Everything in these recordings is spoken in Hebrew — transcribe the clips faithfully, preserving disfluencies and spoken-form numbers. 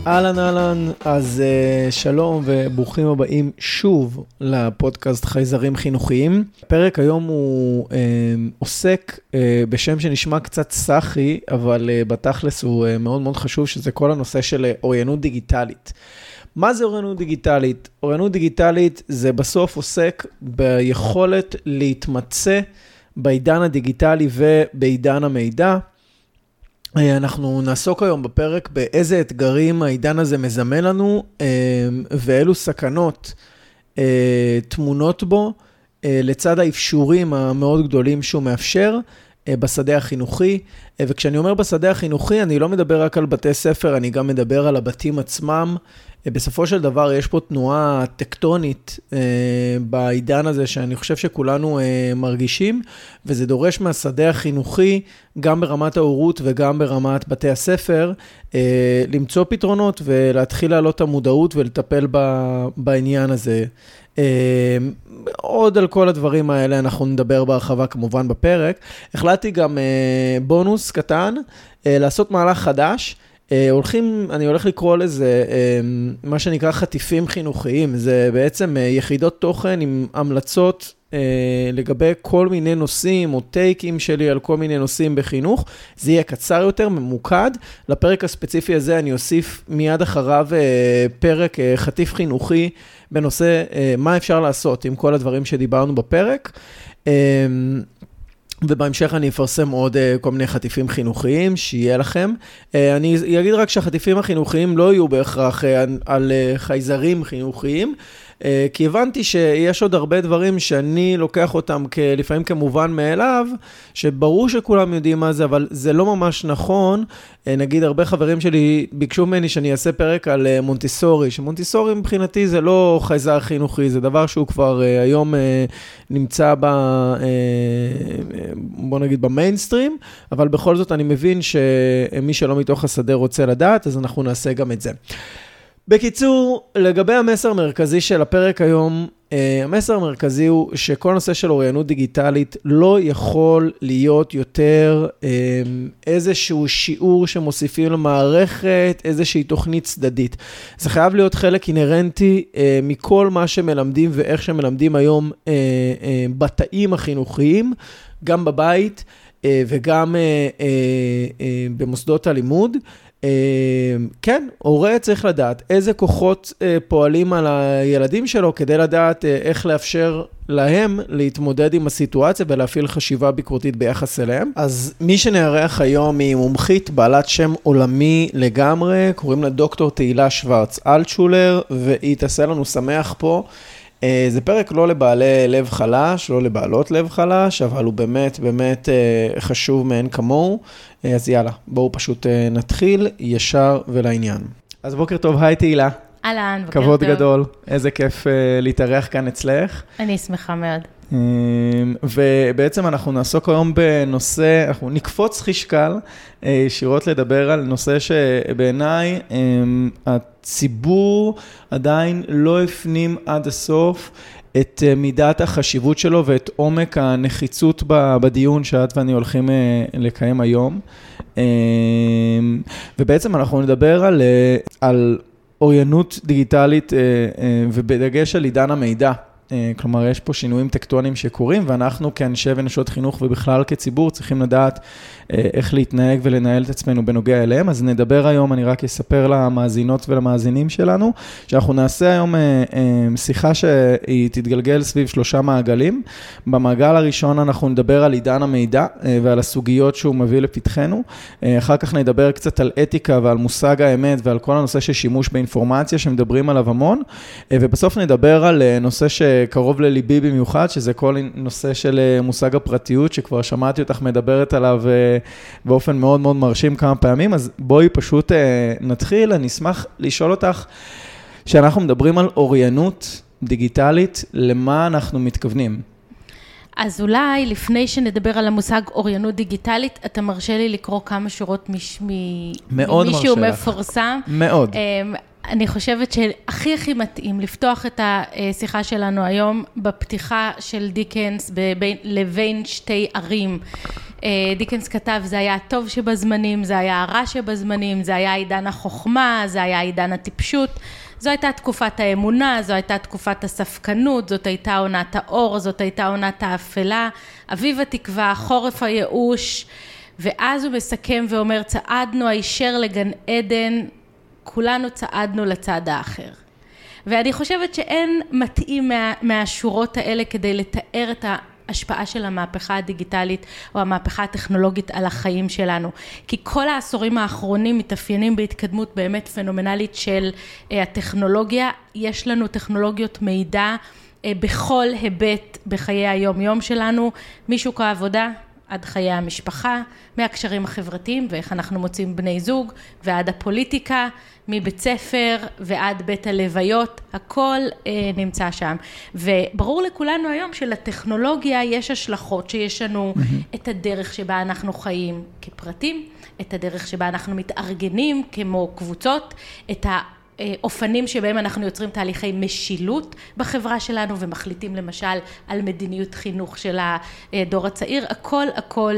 אהלן אהלן, אז uh, שלום וברוכים הבאים שוב לפודקאסט חייזרים חינוכיים. הפרק היום הוא uh, עוסק uh, בשם שנשמע קצת סחי, אבל uh, בתכלס הוא uh, מאוד מאוד חשוב, שזה כל הנושא של uh, אוריינות דיגיטלית. מה זה אוריינות דיגיטלית? אוריינות דיגיטלית זה בסוף עוסק ביכולת להתמצא בעידן הדיגיטלי ובעידן המידע. אנחנו נעסוק היום בפרק באיזה אתגרים העידן הזה מזמן לנו, ואילו סכנות תמונות בו, לצד האפשורים המאוד גדולים שהוא מאפשר בשדה החינוכי. וכשאני אומר בשדה החינוכי, אני לא מדבר רק על בתי ספר, אני גם מדבר על הבתים עצמם. בסופו של דבר יש פה תנועה טקטונית אה, בעידן הזה שאני חושב שכולנו אה, מרגישים, וזה דורש מהשדה החינוכי, גם ברמת ההורות וגם ברמת בתי הספר, אה, למצוא פתרונות ולהתחיל לעלות המודעות ולטפל ב, בעניין הזה. אה, עוד על כל הדברים האלה אנחנו נדבר בהרחבה כמובן בפרק. החלטתי גם אה, בונוס קטן, אה, לעשות מהלך חדש, הולכים, אני הולך לקרוא לזה מה שנקרא חטיפים חינוכיים, זה בעצם יחידות תוכן עם המלצות לגבי כל מיני נושאים או טייקים שלי על כל מיני נושאים בחינוך. זה יהיה קצר יותר, ממוקד. לפרק הספציפי הזה אני אוסיף מיד אחריו פרק חטיף חינוכי בנושא מה אפשר לעשות עם כל הדברים שדיברנו בפרק. ובהמשך אני אפרסם עוד כל מיני חטיפים חינוכיים שיהיה לכם. אני אגיד רק שהחטיפים החינוכיים לא יהיו בהכרח על חייזרים חינוכיים, כי הבנתי שיש עוד הרבה דברים שאני לוקח אותם לפעמים כמובן מאליו, שברור שכולם יודעים מה זה, אבל זה לא ממש נכון. נגיד הרבה חברים שלי ביקשו ממני שאני אעשה פרק על מונטיסורי, שמונטיסורי מבחינתי זה לא חייזר חינוכי, זה דבר שהוא כבר היום נמצא ב, בוא נגיד במיינסטרים, אבל בכל זאת אני מבין שמי שלא מתוך השדה רוצה לדעת, אז אנחנו נעשה גם את זה. בקיצור, לגבי המסר המרכזי של הפרק היום, המסר המרכזי הוא שכל נושא של אוריינות דיגיטלית לא יכול להיות יותר איזשהו שיעור שמוסיפים למערכת, איזושהי תוכנית צדדית. זה חייב להיות חלק אינרנטי מכל מה שמלמדים ואיך שמלמדים היום בתאים החינוכיים, גם בבית וגם במוסדות הלימוד. כן, הורה צריך לדעת איזה כוחות פועלים על הילדים שלו כדי לדעת איך לאפשר להם להתמודד עם הסיטואציה ולהפעיל חשיבה ביקורתית ביחס אליהם. אז מי שנערך היום היא מומחית בעלת שם עולמי לגמרי, קוראים לה דוקטור תהילה שוורץ אלטשולר, והיא תעשה לנו שמח פה. זה פרק לא לבעלי לב חלש, לא לבעלות לב חלש, אבל הוא באמת באמת חשוב מאין כמוהו. אז יאללה, בואו פשוט נתחיל ישר ולעניין. אז בוקר טוב, היי תהילה. אהלן, בוקר טוב. כבוד גדול, איזה כיף להתארח כאן אצלך. אני שמחה מאוד. ובעצם אנחנו נעסוק היום בנושא, אנחנו נקפוץ חישקל, ישירות לדבר על נושא שבעיניי הציבור עדיין לא הפנים עד הסוף את מידת החשיבות שלו ואת עומק הנחיצות בדיון שאת ואני הולכים לקיים היום. ובעצם אנחנו נדבר על, על אוריינות דיגיטלית ובדגש על עידן המידע. כלומר, יש פה שינויים טקטוניים שקורים, ואנחנו כאנשי ונשות חינוך ובכלל כציבור צריכים לדעת איך להתנהג ולנהל את עצמנו בנוגע אליהם. אז נדבר היום, אני רק אספר למאזינות ולמאזינים שלנו, שאנחנו נעשה היום שיחה שהיא תתגלגל סביב שלושה מעגלים. במעגל הראשון אנחנו נדבר על עידן המידע ועל הסוגיות שהוא מביא לפתחנו. אחר כך נדבר קצת על אתיקה ועל מושג האמת ועל כל הנושא של שימוש באינפורמציה שמדברים עליו המון. ובסוף נדבר על נושא שקרוב לליבי במיוחד, שזה כל נושא של מושג הפרטיות, שכבר שמעתי אותך מדברת עליו באופן מאוד מאוד מרשים כמה פעמים. אז בואי פשוט נתחיל. אני אשמח לשאול אותך, שאנחנו מדברים על אוריינות דיגיטלית, למה אנחנו מתכוונים? אז אולי לפני שנדבר על המושג אוריינות דיגיטלית, אתה מרשה לי לקרוא כמה שורות ממישהו מפורסם. מאוד. אני חושבת שהכי הכי מתאים לפתוח את השיחה שלנו היום בפתיחה של דיקנס לבין שתי ערים. דיקנס כתב, זה היה הטוב שבזמנים, זה היה הרע שבזמנים, זה היה עידן החוכמה, זה היה עידן הטיפשות. זו הייתה תקופת האמונה, זו הייתה תקופת הספקנות, זאת הייתה עונת האור, זאת הייתה עונת האפלה, אביב התקווה, חורף הייאוש, ואז הוא מסכם ואומר, צעדנו הישר לגן עדן, כולנו צעדנו לצד האחר. ואני חושבת שאין מתאים מה, מהשורות האלה כדי לתאר את ההשפעה של המהפכה הדיגיטלית או המהפכה הטכנולוגית על החיים שלנו. כי כל העשורים האחרונים מתאפיינים בהתקדמות באמת פנומנלית של הטכנולוגיה. יש לנו טכנולוגיות מידע בכל היבט בחיי היום-יום שלנו, משוק העבודה עד חיי המשפחה, מהקשרים החברתיים ואיך אנחנו מוצאים בני זוג, ועד הפוליטיקה, מבית ספר ועד בית הלוויות, הכל אה, נמצא שם. וברור לכולנו היום שלטכנולוגיה יש השלכות שיש לנו mm-hmm. את הדרך שבה אנחנו חיים כפרטים, את הדרך שבה אנחנו מתארגנים כמו קבוצות, את ה... אופנים שבהם אנחנו יוצרים תהליכי משילות בחברה שלנו ומחליטים למשל על מדיניות חינוך של הדור הצעיר, הכל הכל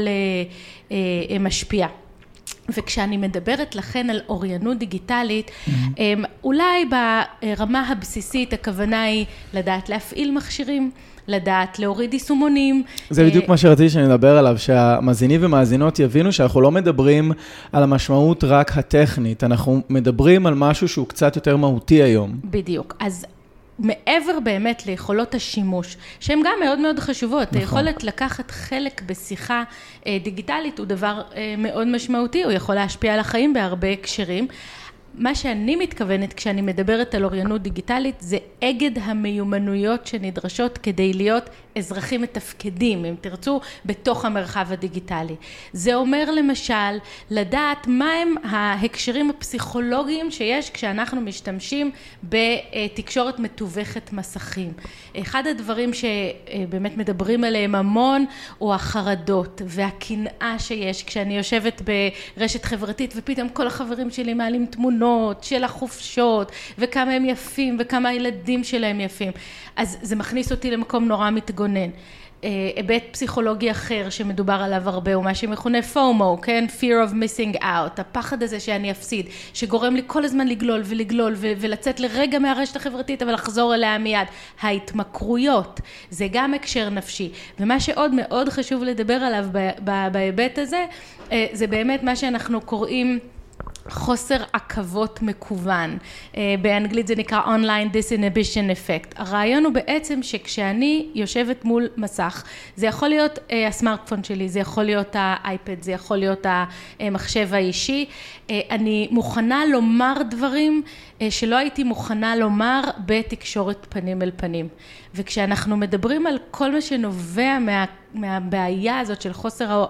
משפיע. וכשאני מדברת לכן על אוריינות דיגיטלית, mm-hmm. אולי ברמה הבסיסית הכוונה היא לדעת להפעיל מכשירים, לדעת להוריד יישומונים. זה בדיוק מה שרציתי שנדבר עליו, שהמאזינים ומאזינות יבינו שאנחנו לא מדברים על המשמעות רק הטכנית, אנחנו מדברים על משהו שהוא קצת יותר מהותי היום. בדיוק, אז מעבר באמת ליכולות השימוש, שהן גם מאוד מאוד חשובות, נכון. היכולת לקחת חלק בשיחה דיגיטלית הוא דבר מאוד משמעותי, הוא יכול להשפיע על החיים בהרבה הקשרים. מה שאני מתכוונת כשאני מדברת על אוריינות דיגיטלית זה אגד המיומנויות שנדרשות כדי להיות אזרחים מתפקדים, אם תרצו, בתוך המרחב הדיגיטלי. זה אומר למשל לדעת מהם ההקשרים הפסיכולוגיים שיש כשאנחנו משתמשים בתקשורת מתווכת מסכים. אחד הדברים שבאמת מדברים עליהם המון הוא החרדות והקנאה שיש כשאני יושבת ברשת חברתית ופתאום כל החברים שלי מעלים תמונות של החופשות וכמה הם יפים וכמה הילדים שלהם יפים. אז זה מכניס אותי למקום נורא מתגונן. היבט פסיכולוגי אחר שמדובר עליו הרבה הוא מה שמכונה פומו, כן? Fear of missing out, הפחד הזה שאני אפסיד, שגורם לי כל הזמן לגלול ולגלול ו- ולצאת לרגע מהרשת החברתית אבל לחזור אליה מיד. ההתמכרויות, זה גם הקשר נפשי. ומה שעוד מאוד חשוב לדבר עליו בהיבט הזה, זה באמת מה שאנחנו קוראים חוסר עקבות מקוון. באנגלית זה נקרא online disinhibition effect. הרעיון הוא בעצם שכשאני יושבת מול מסך, זה יכול להיות הסמארטפון שלי, זה יכול להיות האייפד, זה יכול להיות המחשב האישי. אני מוכנה לומר דברים שלא הייתי מוכנה לומר בתקשורת פנים אל פנים. וכשאנחנו מדברים על כל מה שנובע מה, מהבעיה הזאת של חוסר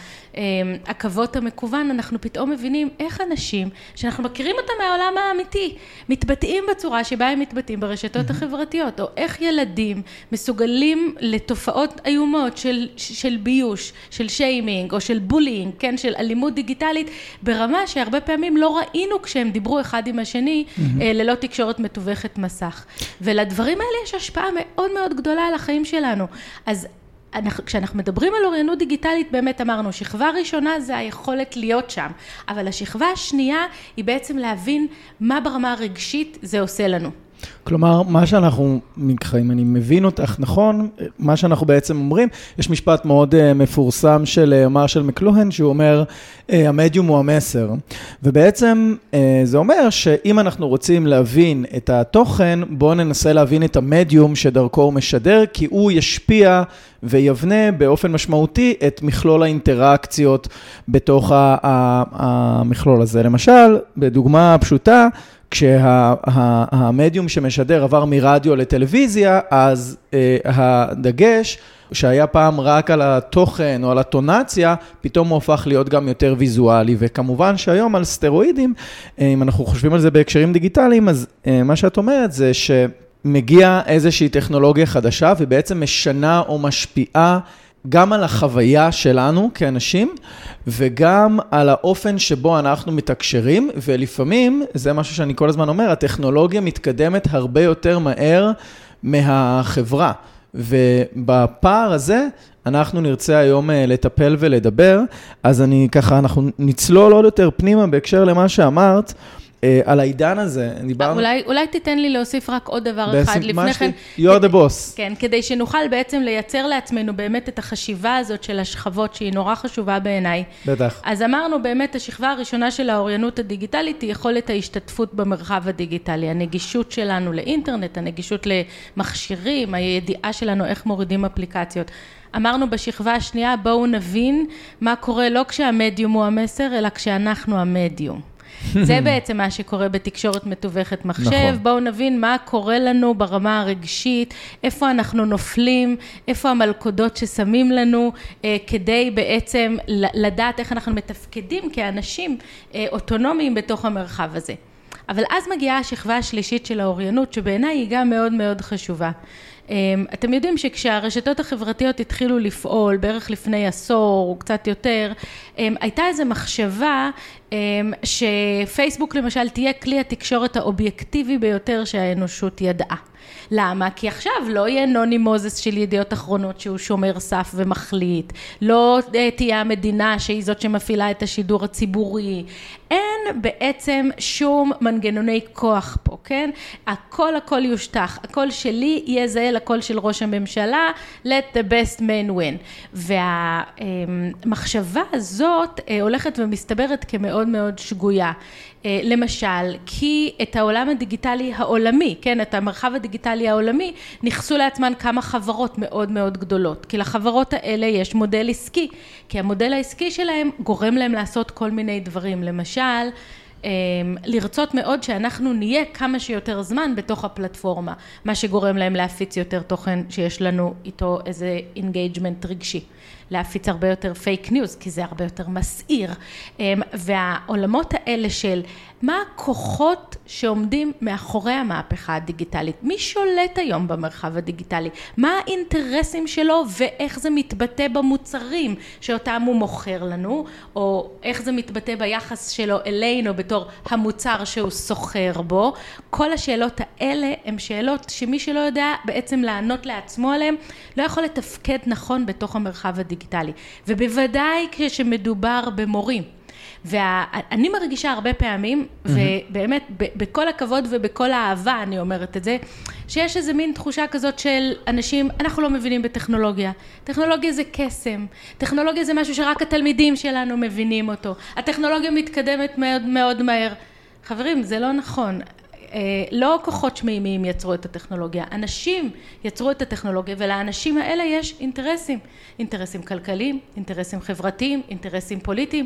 העקבות המקוון, אנחנו פתאום מבינים איך אנשים שאנחנו מכירים אותם מהעולם האמיתי, מתבטאים בצורה שבה הם מתבטאים ברשתות החברתיות, או איך ילדים מסוגלים לתופעות איומות של, של ביוש, של שיימינג, או של בולינג, כן, של אלימות דיגיטלית, ברמה שהרבה פעמים לא ראינו כשהם דיברו אחד עם השני, ללא תקשורת מתווכת מסך. ולדברים האלה יש השפעה מאוד מאוד גדולה על החיים שלנו. אז אנחנו, כשאנחנו מדברים על אוריינות דיגיטלית, באמת אמרנו, שכבה ראשונה זה היכולת להיות שם, אבל השכבה השנייה היא בעצם להבין מה ברמה הרגשית זה עושה לנו. כלומר, מה שאנחנו, אם אני מבין אותך נכון, מה שאנחנו בעצם אומרים, יש משפט מאוד uh, מפורסם של uh, מרשל מקלוהן, שהוא אומר, uh, המדיום הוא המסר. ובעצם uh, זה אומר שאם אנחנו רוצים להבין את התוכן, בואו ננסה להבין את המדיום שדרכו הוא משדר, כי הוא ישפיע ויבנה באופן משמעותי את מכלול האינטראקציות בתוך המכלול הזה. למשל, בדוגמה פשוטה, כשהמדיום שמשדר עבר מרדיו לטלוויזיה, אז אה, הדגש שהיה פעם רק על התוכן או על הטונציה, פתאום הוא הופך להיות גם יותר ויזואלי, וכמובן שהיום על סטרואידים, אם אנחנו חושבים על זה בהקשרים דיגיטליים, אז אה, מה שאת אומרת זה שמגיע איזושהי טכנולוגיה חדשה, ובעצם משנה או משפיעה גם על החוויה שלנו כאנשים, וגם על האופן שבו אנחנו מתקשרים, ולפעמים, זה משהו שאני כל הזמן אומר, הטכנולוגיה מתקדמת הרבה יותר מהר מהחברה. ובפער הזה, אנחנו נרצה היום לטפל ולדבר, אז אני ככה, אנחנו נצלול עוד יותר פנימה בהקשר למה שאמרת, על העידן הזה, דיברנו... אולי, אולי תיתן לי להוסיף רק עוד דבר אחד לפני כן. You are the boss. כן, כדי שנוכל בעצם לייצר לעצמנו באמת את החשיבה הזאת של השכבות, שהיא נורא חשובה בעיניי. בטח. אז אמרנו באמת, השכבה הראשונה של האוריינות הדיגיטלית היא יכולת ההשתתפות במרחב הדיגיטלי, הנגישות שלנו לאינטרנט, הנגישות למכשירים, הידיעה שלנו איך מורידים אפליקציות. אמרנו בשכבה השנייה, בואו נבין מה קורה לא כשהמדיום הוא המסר, אלא כשאנחנו המדיום. זה בעצם מה שקורה בתקשורת מתווכת מחשב. נכון. בואו נבין מה קורה לנו ברמה הרגשית, איפה אנחנו נופלים, איפה המלכודות ששמים לנו, אה, כדי בעצם לדעת איך אנחנו מתפקדים כאנשים אה, אוטונומיים בתוך המרחב הזה. אבל אז מגיעה השכבה השלישית של האוריינות, שבעיניי היא גם מאוד מאוד חשובה. אתם יודעים שכשהרשתות החברתיות התחילו לפעול, בערך לפני עשור או קצת יותר, הייתה איזו מחשבה שפייסבוק למשל תהיה כלי התקשורת האובייקטיבי ביותר שהאנושות ידעה. למה? כי עכשיו לא יהיה נוני מוזס של ידיעות אחרונות שהוא שומר סף ומחליט, לא תהיה המדינה שהיא זאת שמפעילה את השידור הציבורי, אין בעצם שום מנגנוני כוח פה, כן? הכל הכל יושטח, הכל שלי יהיה זהה לכל של ראש הממשלה, let the best man win. והמחשבה הזאת הולכת ומסתברת כמאוד מאוד שגויה. למשל, כי את העולם הדיגיטלי העולמי, כן, את המרחב הדיגיטלי העולמי, נכסו לעצמן כמה חברות מאוד מאוד גדולות. כי לחברות האלה יש מודל עסקי, כי המודל העסקי שלהם גורם להם לעשות כל מיני דברים. למשל, לרצות מאוד שאנחנו נהיה כמה שיותר זמן בתוך הפלטפורמה, מה שגורם להם להפיץ יותר תוכן שיש לנו איתו איזה אינגייג'מנט רגשי. להפיץ הרבה יותר פייק ניוז, כי זה הרבה יותר מסעיר. והעולמות האלה של מה הכוחות שעומדים מאחורי המהפכה הדיגיטלית? מי שולט היום במרחב הדיגיטלי? מה האינטרסים שלו ואיך זה מתבטא במוצרים שאותם הוא מוכר לנו, או איך זה מתבטא ביחס שלו אלינו בתור המוצר שהוא סוחר בו? כל השאלות האלה הן שאלות שמי שלא יודע בעצם לענות לעצמו עליהן, לא יכול לתפקד נכון בתוך המרחב הדיגיטלי. דיגיטלי, ובוודאי כשמדובר במורים. ואני מרגישה הרבה פעמים, ובאמת בכל הכבוד ובכל האהבה אני אומרת את זה, שיש איזה מין תחושה כזאת של אנשים, אנחנו לא מבינים בטכנולוגיה. טכנולוגיה זה קסם. טכנולוגיה זה משהו שרק התלמידים שלנו מבינים אותו. הטכנולוגיה מתקדמת מאוד מאוד מהר. חברים, זה לא נכון. לא כוחות שמימיים יצרו את הטכנולוגיה, אנשים יצרו את הטכנולוגיה, ולאנשים האלה יש אינטרסים, אינטרסים כלכליים, אינטרסים חברתיים, אינטרסים פוליטיים,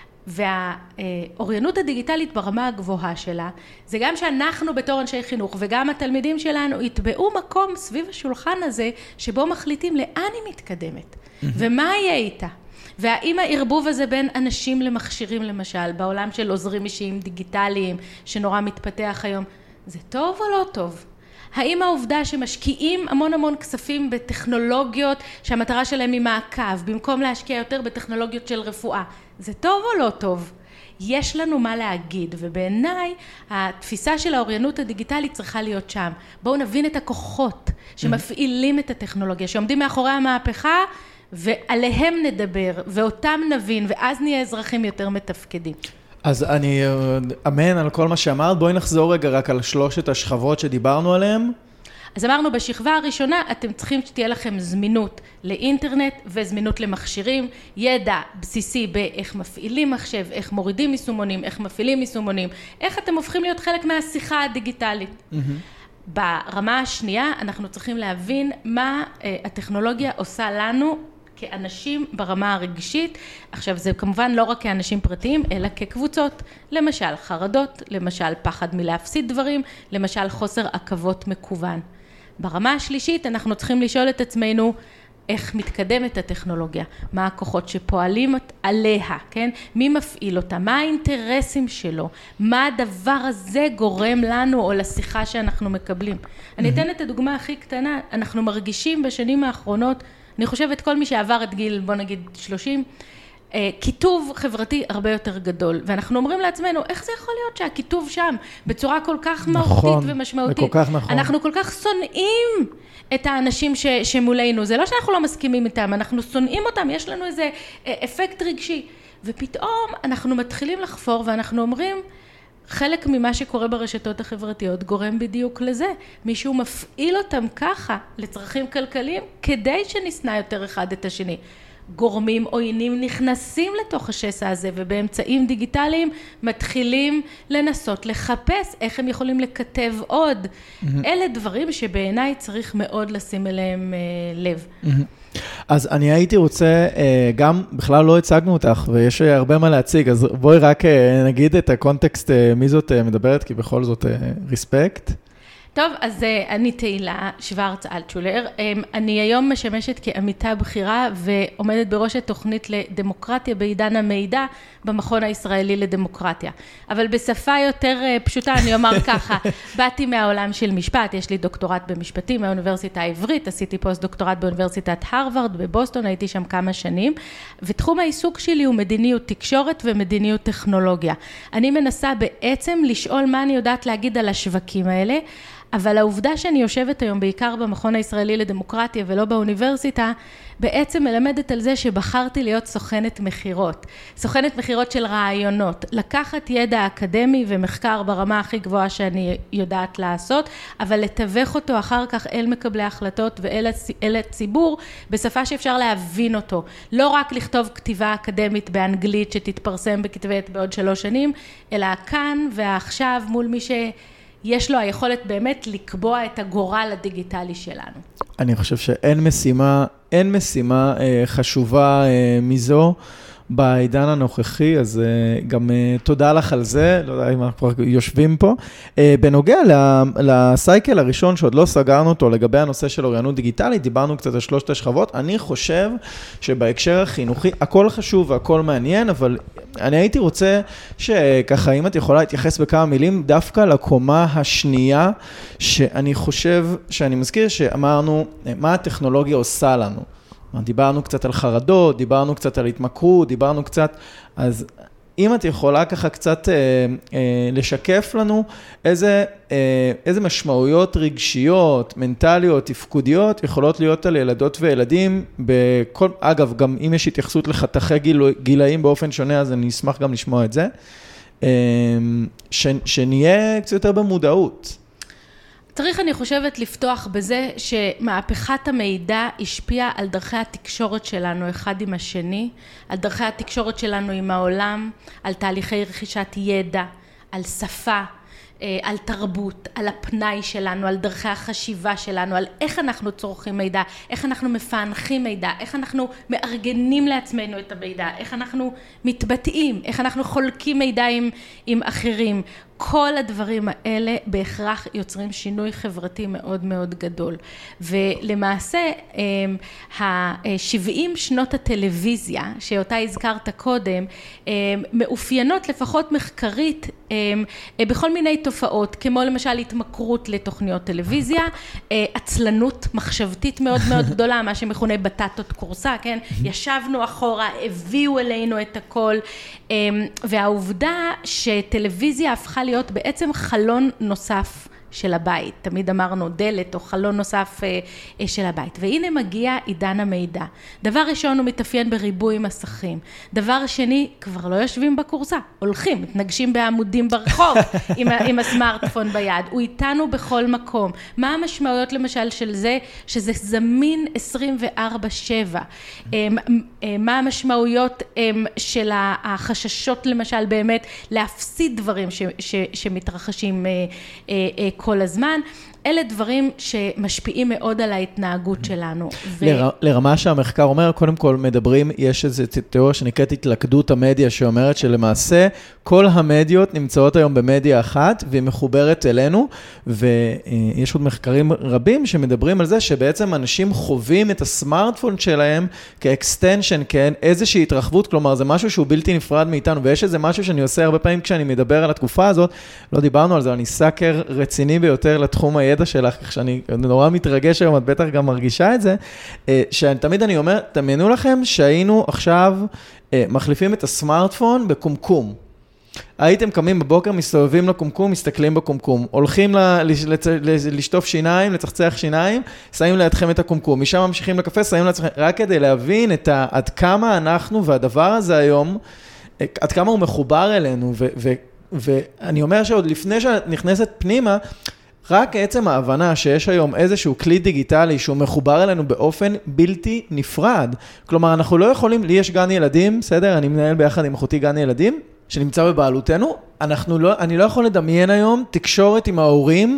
והאוריינות הדיגיטלית ברמה הגבוהה שלה, זה גם שאנחנו בתור אנשי חינוך, וגם התלמידים שלנו יתבעו מקום סביב השולחן הזה, שבו מחליטים לאן היא מתקדמת, ומה יהיה איתה. והאם הערבוב הזה בין אנשים למכשירים למשל, בעולם של עוזרים אישיים דיגיטליים, שנורא מתפתח היום, זה טוב או לא טוב? האם העובדה שמשקיעים המון המון כספים בטכנולוגיות שהמטרה שלהם היא מעקב, במקום להשקיע יותר בטכנולוגיות של רפואה, זה טוב או לא טוב? יש לנו מה להגיד, ובעיניי התפיסה של האוריינות הדיגיטלית צריכה להיות שם. בואו נבין את הכוחות שמפעילים את הטכנולוגיה, שעומדים מאחורי המהפכה, ועליהם נדבר, ואותם נבין, ואז נהיה אזרחים יותר מתפקדים. אז אני אמן על כל מה שאמרת, בואי נחזור רגע רק על שלושת השכבות שדיברנו עליהן. אז אמרנו בשכבה הראשונה, אתם צריכים שתהיה לכם זמינות לאינטרנט וזמינות למכשירים, ידע בסיסי באיך מפעילים מחשב, איך מורידים יישומונים, איך מפעילים יישומונים, איך אתם הופכים להיות חלק מהשיחה הדיגיטלית. Mm-hmm. ברמה השנייה אנחנו צריכים להבין מה הטכנולוגיה עושה לנו כאנשים ברמה הרגשית. עכשיו זה כמובן לא רק כאנשים פרטיים, אלא כקבוצות. למשל חרדות, למשל פחד מלהפסיד דברים, למשל חוסר עקבות מקוון. ברמה השלישית אנחנו צריכים לשאול את עצמנו איך מתקדמת הטכנולוגיה, מה הכוחות שפועלים עליה, כן? מי מפעיל אותה, מה האינטרסים שלו, מה הדבר הזה גורם לנו או לשיחה שאנחנו מקבלים. אני אתן את הדוגמה הכי קטנה, אנחנו מרגישים בשנים האחרונות, אני חושבת כל מי שעבר את גיל, בוא נגיד שלושים, כיתוב חברתי הרבה יותר גדול, ואנחנו אומרים לעצמנו, איך זה יכול להיות שהכיתוב שם בצורה כל כך מהותית ומשמעותית? זה כל כך נכון. אנחנו כל כך שונאים את האנשים ש, שמולנו, זה לא שאנחנו לא מסכימים איתם, אנחנו שונאים אותם, יש לנו איזה אפקט רגשי, ופתאום אנחנו מתחילים לחפור ואנחנו אומרים, חלק ממה שקורה ברשתות החברתיות גורם בדיוק לזה. מישהו מפעיל אותם ככה לצרכים כלכליים כדי שנשנא יותר אחד את השני. גורמים עוינים נכנסים לתוך השסע הזה ובאמצעים דיגיטליים מתחילים לנסות לחפש איך הם יכולים לכתב עוד. Mm-hmm. אלה דברים שבעיניי צריך מאוד לשים אליהם אה, לב. Mm-hmm. אז אני הייתי רוצה, גם בכלל לא הצגנו אותך, ויש הרבה מה להציג, אז בואי רק נגיד את הקונטקסט, מי זאת מדברת, כי בכל זאת ריספקט. טוב, אז אני תהילה שוורץ אלטשולר, אני היום משמשת כעמיתה בכירה ועומדת בראש התוכנית לדמוקרטיה בעידן המידע במכון הישראלי לדמוקרטיה. אבל בשפה יותר פשוטה אני אומר ככה, באתי מהעולם של משפט, יש לי דוקטורט במשפטים מהאוניברסיטה העברית, עשיתי פוסט דוקטורט באוניברסיטת הרווארד בבוסטון, הייתי שם כמה שנים, ותחום העיסוק שלי הוא מדיניות תקשורת ומדיניות טכנולוגיה. אני מנסה בעצם לשאול מה אני יודעת להגיד על השווקים האלה, אבל העובדה שאני יושבת היום בעיקר במכון הישראלי לדמוקרטיה ולא באוניברסיטה, בעצם מלמדת על זה שבחרתי להיות סוכנת מחירות. סוכנת מחירות של רעיונות. לקחת ידע אקדמי ומחקר ברמה הכי גבוהה שאני יודעת לעשות, אבל לתווך אותו אחר כך אל מקבלי החלטות ואל הציבור, בשפה שאפשר להבין אותו. לא רק לכתוב כתיבה אקדמית באנגלית שתתפרסם בכתבי עת בעוד שלוש שנים, אלא כאן ועכשיו מול מי ש... יש לו היכולת באמת לקבוע את הגורל הדיגיטלי שלנו. אני חושב שאין משימה, אין משימה אה, חשובה אה, מזו בעידן הנוכחי, אז אה, גם אה, תודה לך על זה, לא יודע אם אנחנו יושבים פה. אה, בנוגע לסייקל הראשון שעוד לא סגרנו אותו לגבי הנושא של אוריינות דיגיטלית, דיברנו קצת על שלושת השכבות, אני חושב שבהקשר החינוכי הכל חשוב והכל מעניין, אבל אני הייתי רוצה שככה, אם את יכולה להתייחס בכמה מילים, דווקא לקומה השנייה, שאני חושב, שאני מזכיר שאמרנו, מה הטכנולוגיה עושה לנו. דיברנו קצת על חרדות, דיברנו קצת על התמכרות, דיברנו קצת, אז אם את יכולה ככה קצת אה, אה, לשקף לנו איזה, אה, איזה משמעויות רגשיות, מנטליות, תפקודיות, יכולות להיות על ילדות וילדים, בכל, אגב, גם אם יש התייחסות לחתכי גיל, גילאים באופן שונה, אז אני אשמח גם לשמוע את זה, אה, ש, שנהיה קצת יותר במודעות. צריך, אני חושבת, לפתוח בזה שמהפכת המידע השפיעה על דרכי התקשורת שלנו אחד עם השני, על דרכי התקשורת שלנו עם העולם, על תהליכי רכישת ידע, על שפה, על תרבות, על הפנאי שלנו, על דרכי החשיבה שלנו, על איך אנחנו צורכים מידע, איך אנחנו מפענחים מידע, איך אנחנו מארגנים לעצמנו את המידע, איך אנחנו מתבטאים, איך אנחנו חולקים מידע עם, עם אחרים. כל הדברים האלה בהכרח יוצרים שינוי חברתי מאוד מאוד גדול. ולמעשה, ה-שבעים שנות הטלוויזיה, שאותה הזכרת קודם, מאופיינות לפחות מחקרית בכל מיני תופעות, כמו למשל התמכרות לתוכניות טלוויזיה, עצלנות מחשבתית מאוד מאוד גדולה, מה שמכונה בטטות קורסה, כן? ישבנו אחורה, הביאו אלינו את הכל, והעובדה שטלוויזיה הפכה להיות בעצם חלון נוסף של הבית. תמיד אמרנו דלת או חלון נוסף אה, של הבית. והנה מגיע עידן המידע. דבר ראשון הוא מתאפיין בריבוי מסכים. דבר שני, כבר לא יושבים בקורסה, הולכים, מתנגשים בעמודים ברחוב עם, עם הסמארטפון ביד. הוא איתנו בכל מקום. מה המשמעויות למשל של זה? שזה זמין עשרים וארבע שבע. אה, אה, מה המשמעויות אה, של החששות למשל באמת להפסיד דברים ש, ש, שמתרחשים אה, אה, אה, כל הזמן, אלה דברים שמשפיעים מאוד על ההתנהגות שלנו. ו... לרמה שהמחקר אומר, קודם כל מדברים, יש איזו תיאוריה שנקראת התלכדות המדיה, שאומרת שלמעשה כל המדיות נמצאות היום במדיה אחת, והיא מחוברת אלינו, ויש עוד מחקרים רבים שמדברים על זה, שבעצם אנשים חווים את הסמארטפון שלהם כאקסטנשן, כן, איזושהי התרחבות, כלומר זה משהו שהוא בלתי נפרד מאיתנו, ויש איזה משהו שאני עושה הרבה פעמים כשאני מדבר על התקופה הזאת, לא דיברנו על זה, אני סאקר רציני רציני ביותר לתחום הידע שלך, כך שאני נורא מתרגש היום, את בטח גם מרגישה את זה, שתמיד אני אומר, תאמינו לכם שהיינו עכשיו מחליפים את הסמארטפון בקומקום. הייתם קמים בבוקר, מסתובבים לקומקום, מסתכלים בקומקום, הולכים לשטוף שיניים, לצחצח שיניים, שמים לידכם את הקומקום, משם ממשיכים לקפה, שמים לידכם, רק כדי להבין את ה, עד כמה אנחנו, והדבר הזה היום, עד כמה הוא מחובר אלינו, ו, ו, ואני אומר שעוד לפני שאת נכנסת פנימה, רק עצם ההבנה שיש היום איזשהו כלי דיגיטלי שהוא מחובר אלינו באופן בלתי נפרד. כלומר, אנחנו לא יכולים, לי יש גן ילדים, בסדר? אני מנהל ביחד עם אחותי גן ילדים, שנמצא בבעלותנו. אנחנו לא, אני לא יכול לדמיין היום תקשורת עם ההורים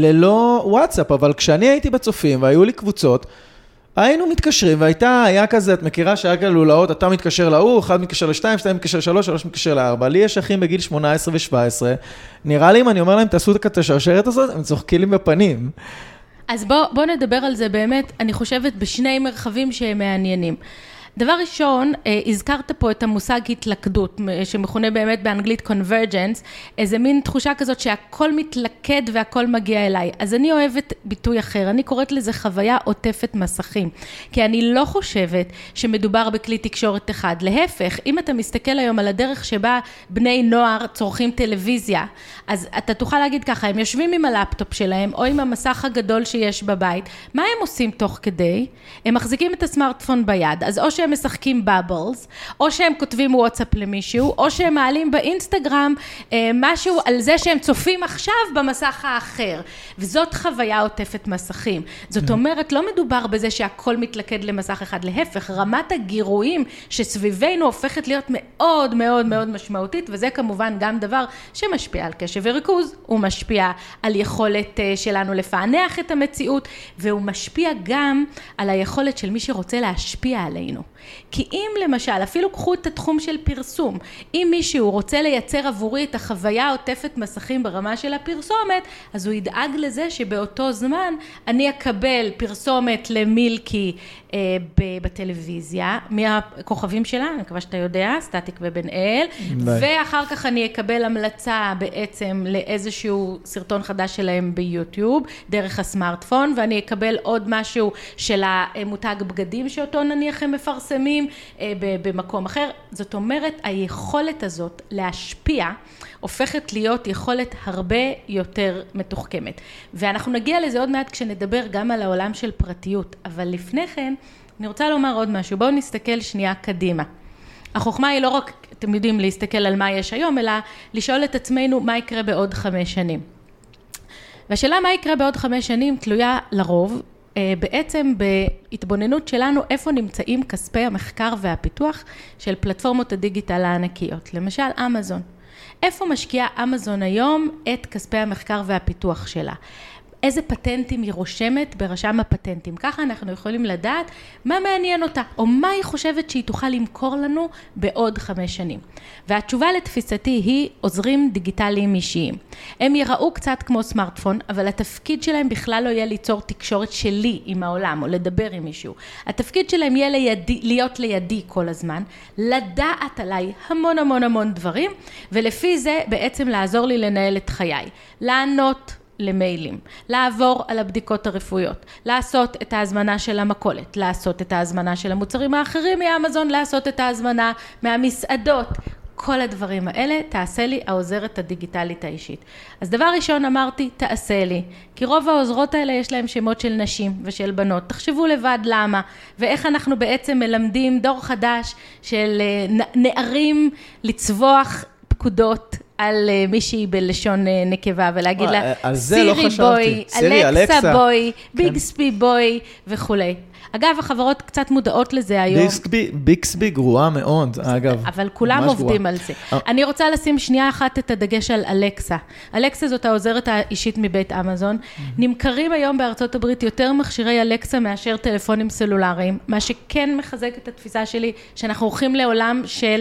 ללא וואטסאפ, אבל כשאני הייתי בצופים והיו לי קבוצות, היינו מתקשרים, והייתה, היה כזה, את מכירה שהיה כאלה לולאות, אתה מתקשר להוא, אחד מתקשר לשתיים, שתיים מתקשר לשלוש, שלוש מתקשר לארבע. לי יש אחים בגיל שמונה עשרה ושבע עשרה. נראה לי אם אני אומר להם, תעשו את השרשרת הזאת, הם צוחקים לי בפנים. אז בוא, בוא נדבר על זה באמת, אני חושבת, בשני מרחבים שהם מעניינים. דבר ראשון, הזכרת פה את המושג התלכדות, שמכונה באמת באנגלית convergence, איזה מין תחושה כזאת שהכל מתלכד והכל מגיע אליי. אז אני אוהבת ביטוי אחר, אני קוראת לזה חוויה עוטפת מסכים, כי אני לא חושבת שמדובר בכלי תקשורת אחד. להפך, אם אתה מסתכל היום על הדרך שבה בני נוער צורכים טלוויזיה, אז אתה תוכל להגיד ככה, הם יושבים עם הלפטופ שלהם, או עם המסך הגדול שיש בבית, מה הם עושים תוך כדי? הם מחזיקים את הסמארטפון ביד, אז או שהם משחקים בבלס, או שהם כותבים וואטסאפ למישהו, או שהם מעלים באינסטגרם אה, משהו על זה שהם צופים עכשיו במסך האחר. וזאת חוויה עוטפת מסכים. זאת אומרת, לא מדובר בזה שהכל מתלכד למסך אחד. להפך, רמת הגירויים שסביבנו הופכת להיות מאוד מאוד מאוד משמעותית, וזה כמובן גם דבר שמשפיע על קשב וריכוז, הוא משפיע על יכולת אה, שלנו לפענח את המציאות, והוא משפיע גם על היכולת של מי שרוצה להשפיע עלינו. כי אם למשל, אפילו קחו את התחום של פרסום, אם מישהו רוצה לייצר עבורי את החוויה העוטפת מסכים ברמה של הפרסומת, אז הוא ידאג לזה שבאותו זמן אני אקבל פרסומת למילקי אה, בטלוויזיה, מהכוכבים שלה, אני מקווה שאתה יודע, סטטיק ובן אל, ואחר כך אני אקבל המלצה בעצם לאיזשהו סרטון חדש שלהם ביוטיוב, דרך הסמארטפון, ואני אקבל עוד משהו של המותג בגדים שאותו נניח הם מפרסמים אה, במקום אחר. זאת אומרת, היכולת הזאת להשפיע הופכת להיות יכולת הרבה יותר מתוחכמת. ואנחנו נגיע לזה עוד מעט כשנדבר גם על העולם של פרטיות. אבל לפני כן, אני רוצה לומר עוד משהו. בואו נסתכל שנייה קדימה. החוכמה היא לא רק, אתם יודעים, להסתכל על מה יש היום, אלא לשאול את עצמנו מה יקרה בעוד חמש שנים. והשאלה מה יקרה בעוד חמש שנים תלויה לרוב, בעצם בהתבוננות שלנו איפה נמצאים כספי המחקר והפיתוח של פלטפורמות הדיגיטל הענקיות. למשל, אמזון. איפה משקיעה אמזון היום את כספי המחקר והפיתוח שלה? איזה פטנטים היא רושמת ברשם הפטנטים? ככה אנחנו יכולים לדעת מה מעניין אותה, או מה היא חושבת שהיא תוכל למכור לנו בעוד חמש שנים. והתשובה לתפיסתי היא עוזרים דיגיטליים אישיים. הם יראו קצת כמו סמארטפון, אבל התפקיד שלהם בכלל לא יהיה ליצור תקשורת שלי עם העולם, או לדבר עם מישהו. התפקיד שלהם יהיה לידי, להיות לידי כל הזמן, לדעת עליי המון המון המון דברים, ולפי זה בעצם לעזור לי לנהל את חיי. לענות למיילים, לעבור על הבדיקות הרפואיות, לעשות את ההזמנה של המכולת, לעשות את ההזמנה של המוצרים האחרים מאמזון, לעשות את ההזמנה מהמסעדות. כל הדברים האלה תעשה לי העוזרת הדיגיטלית האישית. אז דבר ראשון אמרתי, תעשה לי. כי רוב העוזרות האלה יש להם שמות של נשים ושל בנות. תחשבו לבד למה, ואיך אנחנו בעצם מלמדים דור חדש של נערים לצבוח פקודות על מישהי בלשון נקבה, ולהגיד לה, סירי בוי, אלקסה בוי, ביגסבי בוי וכולי. אגב, החברות קצת מודעות לזה היום. ביקסבי גרועה מאוד, אגב. אבל כולם עובדים על זה. אני רוצה לשים שנייה אחת את הדגש על אלקסה. אלקסה זאת העוזרת האישית מבית אמזון. נמכרים היום בארצות הברית יותר מכשירי אלקסה מאשר טלפונים סלולריים, מה שכן מחזק את התפיסה שלי, שאנחנו הולכים לעולם של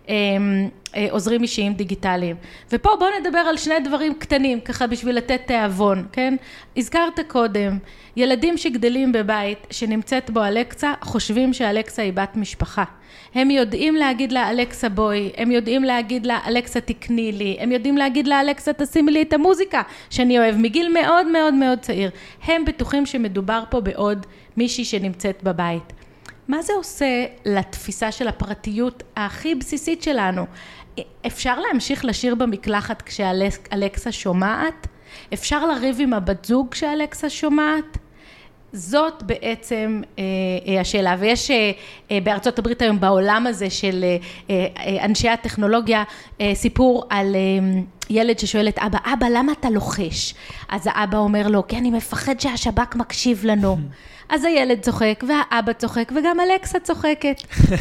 עוזרים אישיים דיגיטליים. ופה בואו נדבר על שני דברים קטנים, ככה בשביל לתת תיאבון, כן? הזכרת קודם, ילדים שגדלים בבית שנמצאת בו אלקסה, חושבים שאלקסה היא בת משפחה. הם יודעים להגיד לה אלקסה בואי, הם יודעים להגיד לה אלקסה תקני לי, הם יודעים להגיד לה אלקסה תשימי לי את המוזיקה שאני אוהב, מגיל מאוד מאוד מאוד צעיר. הם בטוחים שמדובר פה בעוד מישהי שנמצאת בבית. מה זה עושה לתפיסה של הפרטיות הכי בסיסית שלנו? אפשר להמשיך לשיר במקלחת כשאלקסה שומעת? אפשר לריב עם הבת זוג כשאלקסה שומעת? זאת בעצם אה, השאלה, ויש אה, בארצות הברית היום בעולם הזה של אה, אה, אנשי הטכנולוגיה אה, סיפור על אה, ילד ששואל את אבא, אבא למה אתה לוחש? אז האבא אומר לו, כי אני מפחד שהשב"כ מקשיב לנו. אז הילד צוחק והאבא צוחק וגם אלקסה צוחקת.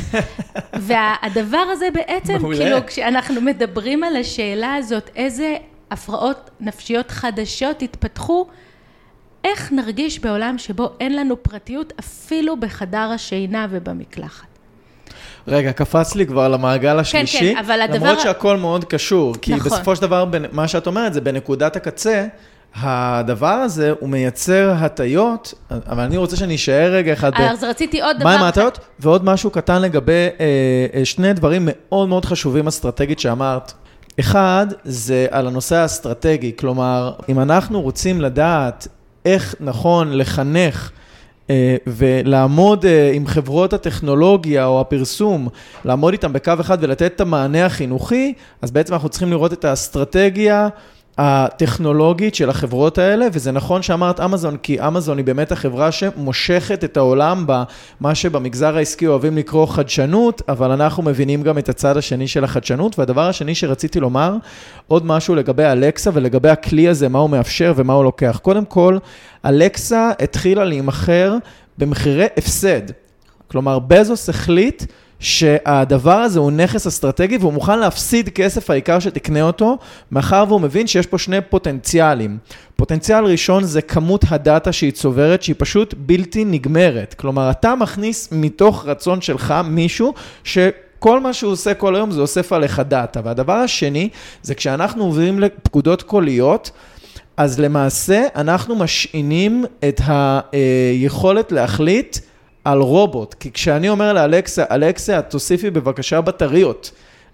והדבר הזה בעצם, כאילו כשאנחנו מדברים על השאלה הזאת, איזה הפרעות נפשיות חדשות התפתחו, איך נרגיש בעולם שבו אין לנו פרטיות אפילו בחדר השינה ובמקלחת? רגע, קפץ לי כבר למעגל השלישי, כן, כן, אבל הדבר... למרות שהכל מאוד קשור, כי נכון. בסופו של דבר, מה שאת אומרת, זה בנקודת הקצה, הדבר הזה הוא מייצר הטיות, אבל אני רוצה שאני אשאר רגע אחד. אז רציתי עוד דבר. מה עם ההטיות? ועוד משהו קטן לגבי אה, שני דברים מאוד מאוד חשובים אסטרטגית שאמרת. אחד, זה על הנושא האסטרטגי, כלומר, אם אנחנו רוצים לדעת איך נכון לחנך אה, ולעמוד אה, עם חברות הטכנולוגיה או הפרסום, לעמוד איתם בקו אחד ולתת את המענה החינוכי, אז בעצם אנחנו צריכים לראות את האסטרטגיה הטכנולוגית של החברות האלה, וזה נכון שאמרת אמזון, כי אמזון היא באמת החברה שמושכת את העולם במה שבמגזר העסקי אוהבים לקרוא חדשנות, אבל אנחנו מבינים גם את הצד השני של החדשנות, והדבר השני שרציתי לומר, עוד משהו לגבי אלקסה ולגבי הכלי הזה, מה הוא מאפשר ומה הוא לוקח. קודם כל, אלקסה התחילה להימכר במחירי הפסד. כלומר, בזוס החליט שהדבר הזה הוא נכס אסטרטגי, והוא מוכן להפסיד כסף העיקר שתקנה אותו, מאחר והוא מבין שיש פה שני פוטנציאלים. פוטנציאל ראשון זה כמות הדאטה שהיא צוברת, שהיא פשוט בלתי נגמרת. כלומר, אתה מכניס מתוך רצון שלך מישהו שכל מה שהוא עושה כל היום זה אוסף עליך דאטה. והדבר השני זה כשאנחנו עוברים לפקודות קוליות, אז למעשה אנחנו משעינים את היכולת להחליט על רובוט, כי כשאני אומר לאלקסה, אלקסה, תוסיפי בבקשה בטריות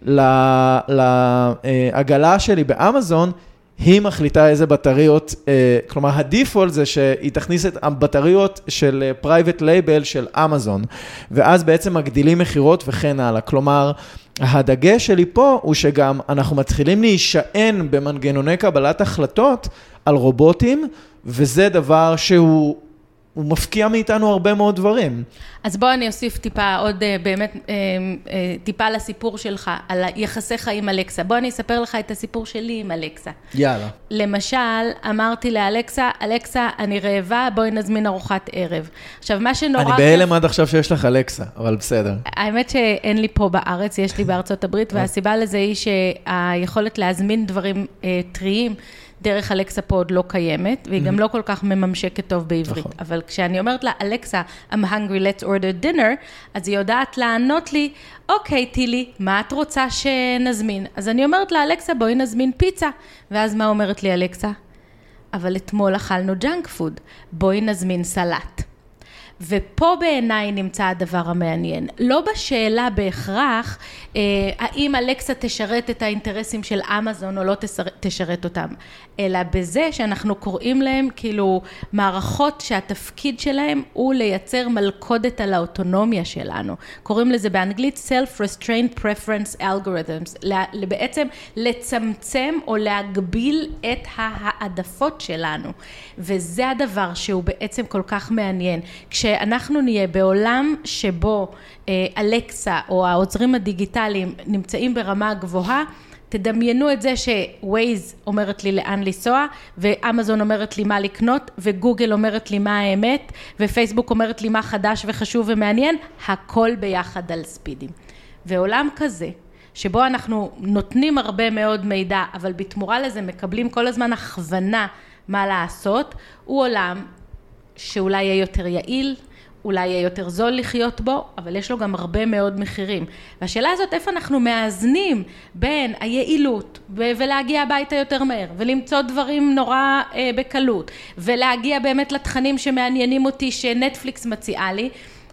לעגלה שלי באמזון, היא מחליטה איזה בטריות, כלומר הדיפולט זה שהיא תכניס את הבטריות של פרייבט לייבל של אמזון, ואז בעצם מגדילים מחירות וכן הלאה. כלומר, הדגש שלי פה הוא שגם אנחנו מתחילים להישען במנגנוני קבלת החלטות על רובוטים, וזה דבר שהוא הוא מפקיע מאיתנו הרבה מאוד דברים. אז בוא אני אוסיף טיפה, עוד באמת טיפה לסיפור שלך, על יחסיך עם אלקסה. בוא אני אספר לך את הסיפור שלי עם אלקסה. יאללה. למשל, אמרתי לאלקסה, אלקסה, אני רעבה, בואי נזמין ארוחת ערב. עכשיו, מה שנורא... אני בהלם עד עכשיו שיש לך אלקסה, אבל בסדר. האמת שאין לי פה בארץ, יש לי בארצות הברית, והסיבה לזה היא שהיכולת להזמין דברים טריים, דרך אלקסה פה עוד לא קיימת, והיא גם לא כל כך מממשקת טוב בעברית. אבל כשאני אומרת לה, אלקסה, I'm hungry, let's order dinner, אז היא יודעת לענות לי, אוקיי, טילי, מה את רוצה שנזמין? אז אני אומרת לה, אלקסה, בואי נזמין פיצה. ואז מה אומרת לי אלקסה? אבל אתמול אכלנו ג'אנק פוד, בואי נזמין סלט. ופה בעיניי נמצא הדבר המעניין. לא בשאלה בהכרח, אה, האם אלקסה תשרת את האינטרסים של אמזון או לא תשרת אותם, אלא בזה שאנחנו קוראים להם כאילו מערכות שהתפקיד שלהם הוא לייצר מלכודת על האוטונומיה שלנו. קוראים לזה באנגלית Self-Restrained Preference Algorithms, בעצם לצמצם או להגביל את העדפות שלנו. וזה הדבר שהוא בעצם כל כך מעניין. כשאנחנו נהיה בעולם שבו אלקסה או העוזרים הדיגיטליים נמצאים ברמה גבוהה, תדמיינו את זה שווייז אומרת לי לאן לנסוע, ואמזון אומרת לי מה לקנות, וגוגל אומרת לי מה האמת, ופייסבוק אומרת לי מה חדש וחשוב ומעניין, הכל ביחד על ספידים. ועולם כזה, שבו אנחנו נותנים הרבה מאוד מידע, אבל בתמורה לזה מקבלים כל הזמן הכוונה מה לעשות, הוא עולם שאולי יהיה יותר יעיל, אולי יהיה יותר זול לחיות בו, אבל יש לו גם הרבה מאוד מחירים. והשאלה הזאת, איפה אנחנו מאזנים בין היעילות, ולהגיע הביתה יותר מהר, ולמצוא דברים נורא אה, בקלות, ולהגיע באמת לתכנים שמעניינים אותי, שנטפליקס מציעה לי.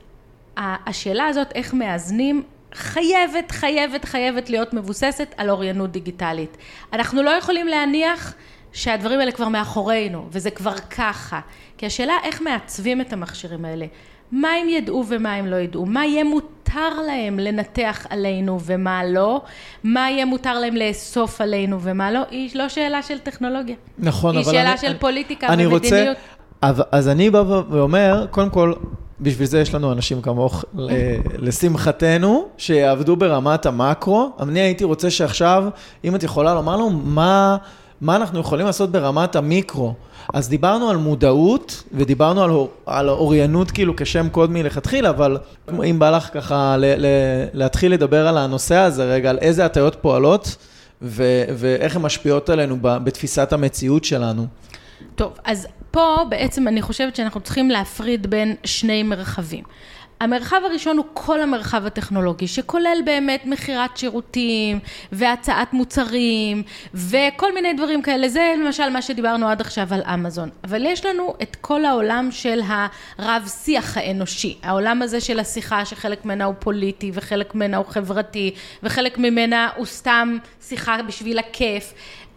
השאלה הזאת, איך מאזנים, חייבת, חייבת, חייבת להיות מבוססת על אוריינות דיגיטלית. אנחנו לא יכולים להניח שהדברים האלה כבר מאחורינו, וזה כבר ככה. כי השאלה, איך מעצבים את המכשירים האלה? מה הם ידעו ומה הם לא ידעו? מה יהיה מותר להם לנתח עלינו ומה לא? מה יהיה מותר להם לאסוף עלינו ומה לא? היא לא שאלה של טכנולוגיה. נכון, היא אבל שאלה אני, של אני, פוליטיקה אני ומדיניות. רוצה, אז אני בא ואומר, קודם כל, בשביל זה יש לנו אנשים כמוך, לשמחתנו, שיעבדו ברמת המקרו. אני הייתי רוצה שעכשיו, אם את יכולה לומר לנו, מה, מה אנחנו יכולים לעשות ברמת המיקרו? אז דיברנו על מודעות, ודיברנו על, על אוריינות כאילו כשם קוד מלכתחילה, אבל אם בא לך ככה ל, ל, להתחיל לדבר על הנושא הזה רגע, על איזה הטיות פועלות, ו, ואיך הן משפיעות עלינו בתפיסת המציאות שלנו. טוב, אז פה בעצם אני חושבת שאנחנו צריכים להפריד בין שני מרחבים. המרחב הראשון הוא כל המרחב הטכנולוגי, שכולל באמת מחירת שירותים, והצעת מוצרים, וכל מיני דברים כאלה. זה למשל מה שדיברנו עד עכשיו על אמזון. אבל יש לנו את כל העולם של הרב שיח האנושי. העולם הזה של השיחה, שחלק ממנה הוא פוליטי, וחלק ממנה הוא חברתי, וחלק ממנה הוא סתם שיחה בשביל הכיף.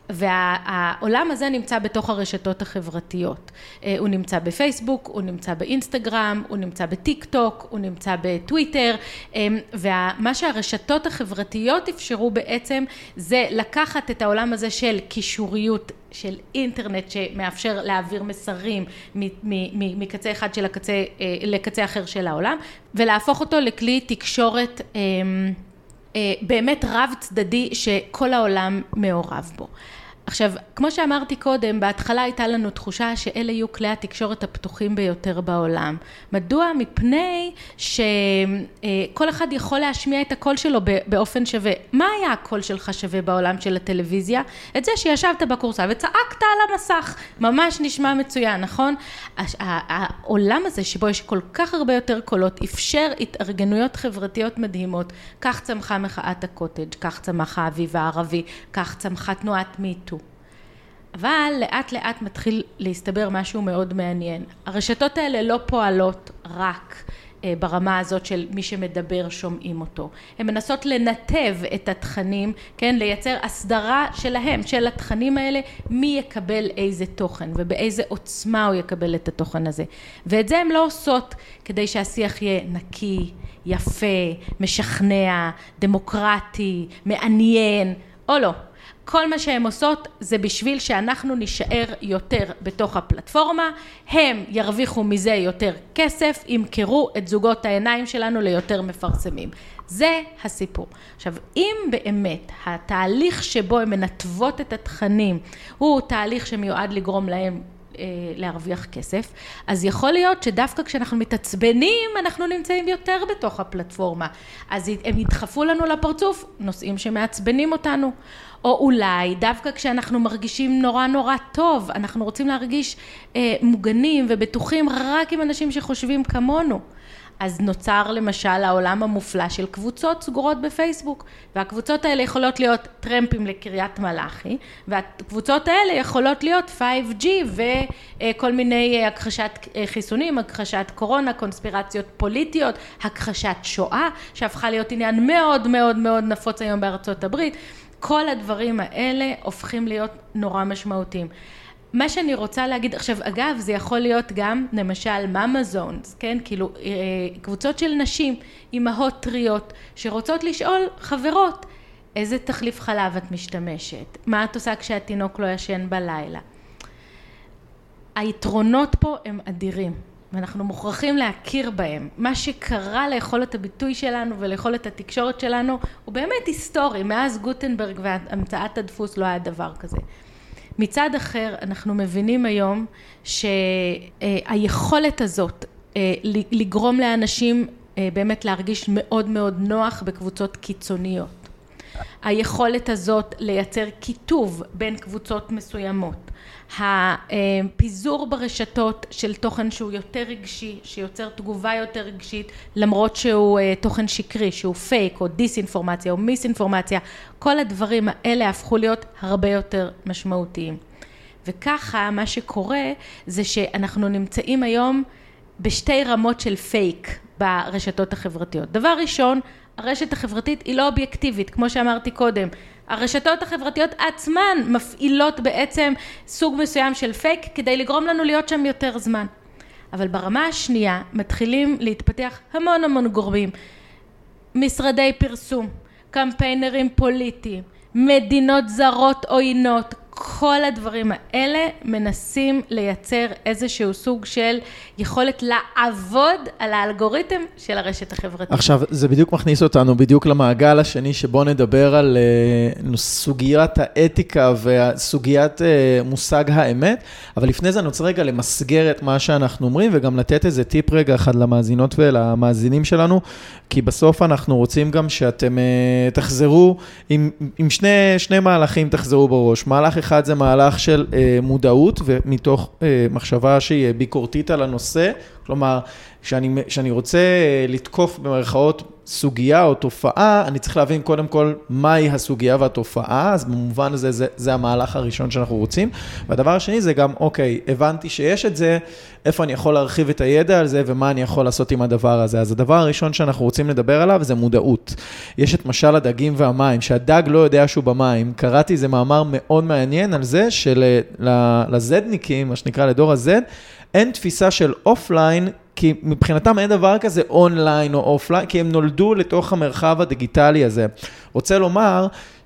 והעולם הזה נמצא בתוך הרשתות החברתיות. הוא נמצא בפייסבוק, הוא נמצא באינסטגרם, הוא נמצא בטיק טוק, הוא נמצא בטוויטר, ומה שהרשתות החברתיות אפשרו בעצם זה לקחת את העולם הזה של קישוריות, של אינטרנט שמאפשר להעביר מסרים מקצה אחד של הקצה לקצה אחר של העולם, ולהפוך אותו לכלי תקשורת באמת רב צדדי שכל העולם מעורב בו. עכשיו, כמו שאמרתי קודם, בהתחלה הייתה לנו תחושה שאלה יהיו כלי התקשורת הפתוחים ביותר בעולם. מדוע? מפני שכל אחד יכול להשמיע את הקול שלו באופן שווה. מה היה הקול שלך שווה בעולם של הטלוויזיה? את זה שישבת בקורסה וצעקת על המסך. ממש נשמע מצוין, נכון? העולם הזה שבו יש כל כך הרבה יותר קולות, אפשר התארגנויות חברתיות מדהימות. כך צמחה מחאת הקוטג', כך צמחה האביב הערבי, כך צמחה תנועת מיטו. אבל לאט לאט מתחיל להסתבר משהו מאוד מעניין. הרשתות האלה לא פועלות רק ברמה הזאת של מי שמדבר שומעים אותו. הן מנסות לנתב את התכנים, כן, לייצר הסדרה שלהם, של התכנים האלה, מי יקבל איזה תוכן ובאיזה עוצמה הוא יקבל את התוכן הזה. ואת זה הן לא עושות כדי שהשיח יהיה נקי, יפה, משכנע, דמוקרטי, מעניין, או לא. כל מה שהן עושות זה בשביל שאנחנו נשאר יותר בתוך הפלטפורמה, הם ירוויחו מזה יותר כסף, ימכרו את זוגות העיניים שלנו ליותר מפרסמים. זה הסיפור. עכשיו, אם באמת התהליך שבו הן מנתבות את התכנים הוא תהליך שמיועד לגרום להם להרוויח כסף, אז יכול להיות שדווקא כשאנחנו מתעצבנים, אנחנו נמצאים יותר בתוך הפלטפורמה. אז הם ידחפו לנו לפרצוף נושאים שמעצבנים אותנו. או אולי דווקא כשאנחנו מרגישים נורא נורא טוב, אנחנו רוצים להרגיש אה, מוגנים ובטוחים רק עם אנשים שחושבים כמונו. אז נוצר למשל העולם המופלא של קבוצות סגורות בפייסבוק, והקבוצות האלה יכולות להיות טרמפים לקריית מלאכי, והקבוצות האלה יכולות להיות פייב ג'י וכל מיני הכחשת חיסונים, הכחשת קורונה, קונספירציות פוליטיות, הכחשת שואה, שהפכה להיות עניין מאוד מאוד מאוד נפוץ היום בארצות הברית. כל הדברים האלה הופכים להיות נורא משמעותיים. מה שאני רוצה להגיד, עכשיו אגב זה יכול להיות גם למשל ממזונס, כן? כאילו קבוצות של נשים, אימהות טריות, שרוצות לשאול חברות, איזה תחליף חלב את משתמשת? מה את עושה כשהתינוק לא ישן בלילה? היתרונות פה הם אדירים, ואנחנו מוכרחים להכיר בהם. מה שקרה ליכולת הביטוי שלנו וליכולת התקשורת שלנו, הוא באמת היסטורי. מאז גוטנברג והמצאת הדפוס לא היה דבר כזה. מצד אחר, אנחנו מבינים היום שהיכולת הזאת לגרום לאנשים באמת להרגיש מאוד מאוד נוח בקבוצות קיצוניות. היכולת הזאת לייצר כיתוב בין קבוצות מסוימות, הפיזור ברשתות של תוכן שהוא יותר רגשי, שיוצר תגובה יותר רגשית, למרות שהוא תוכן שקרי, שהוא פייק או דיסאינפורמציה או מיסאינפורמציה, כל הדברים האלה הפכו להיות הרבה יותר משמעותיים. וככה מה שקורה זה שאנחנו נמצאים היום בשתי רמות של פייק ברשתות החברתיות. דבר ראשון, הרשת החברתית היא לא אובייקטיבית, כמו שאמרתי קודם. הרשתות החברתיות עצמן מפעילות בעצם סוג מסוים של פייק כדי לגרום לנו להיות שם יותר זמן. אבל ברמה השנייה מתחילים להתפתח המון המון גורמים, משרדי פרסום, קמפיינרים פוליטיים, מדינות זרות עוינות, כל הדברים האלה מנסים לייצר איזשהו סוג של יכולת לעבוד על האלגוריתם של הרשת החברתית. עכשיו, זה בדיוק מכניס אותנו בדיוק למעגל השני שבו נדבר על uh, סוגיית האתיקה וסוגיית uh, מושג האמת, אבל לפני זה אני רוצה רגע למסגר את מה שאנחנו אומרים וגם לתת איזה טיפ רגע אחד למאזינות ולמאזינים שלנו, כי בסוף אנחנו רוצים גם שאתם uh, תחזרו עם, עם שני, שני מהלכים תחזרו בראש. מהלך אחד זה מהלך של אה, מודעות, ומתוך אה, מחשבה שהיא ביקורתית על הנושא, כלומר, שאני, שאני רוצה אה, לתקוף במרכאות סוגיה או תופעה, אני צריך להבין קודם כל מהי הסוגיה והתופעה, אז במובן הזה זה, זה המהלך הראשון שאנחנו רוצים. והדבר השני זה גם, אוקיי, הבנתי שיש את זה, איפה אני יכול להרחיב את הידע על זה, ומה אני יכול לעשות עם הדבר הזה. אז הדבר הראשון שאנחנו רוצים לדבר עליו זה מודעות. יש את משל הדגים והמים, שהדג לא יודע שהוא במים. קראתי איזה מאמר מאוד מעניין על זה, שלזדניקים, מה שנקרא לדור הזד, אין תפיסה של אופליין, כי מבחינתם אין דבר כזה אונליין או אופליין, כי הם נולדו לתוך המרחב הדיגיטלי הזה. רוצה לומר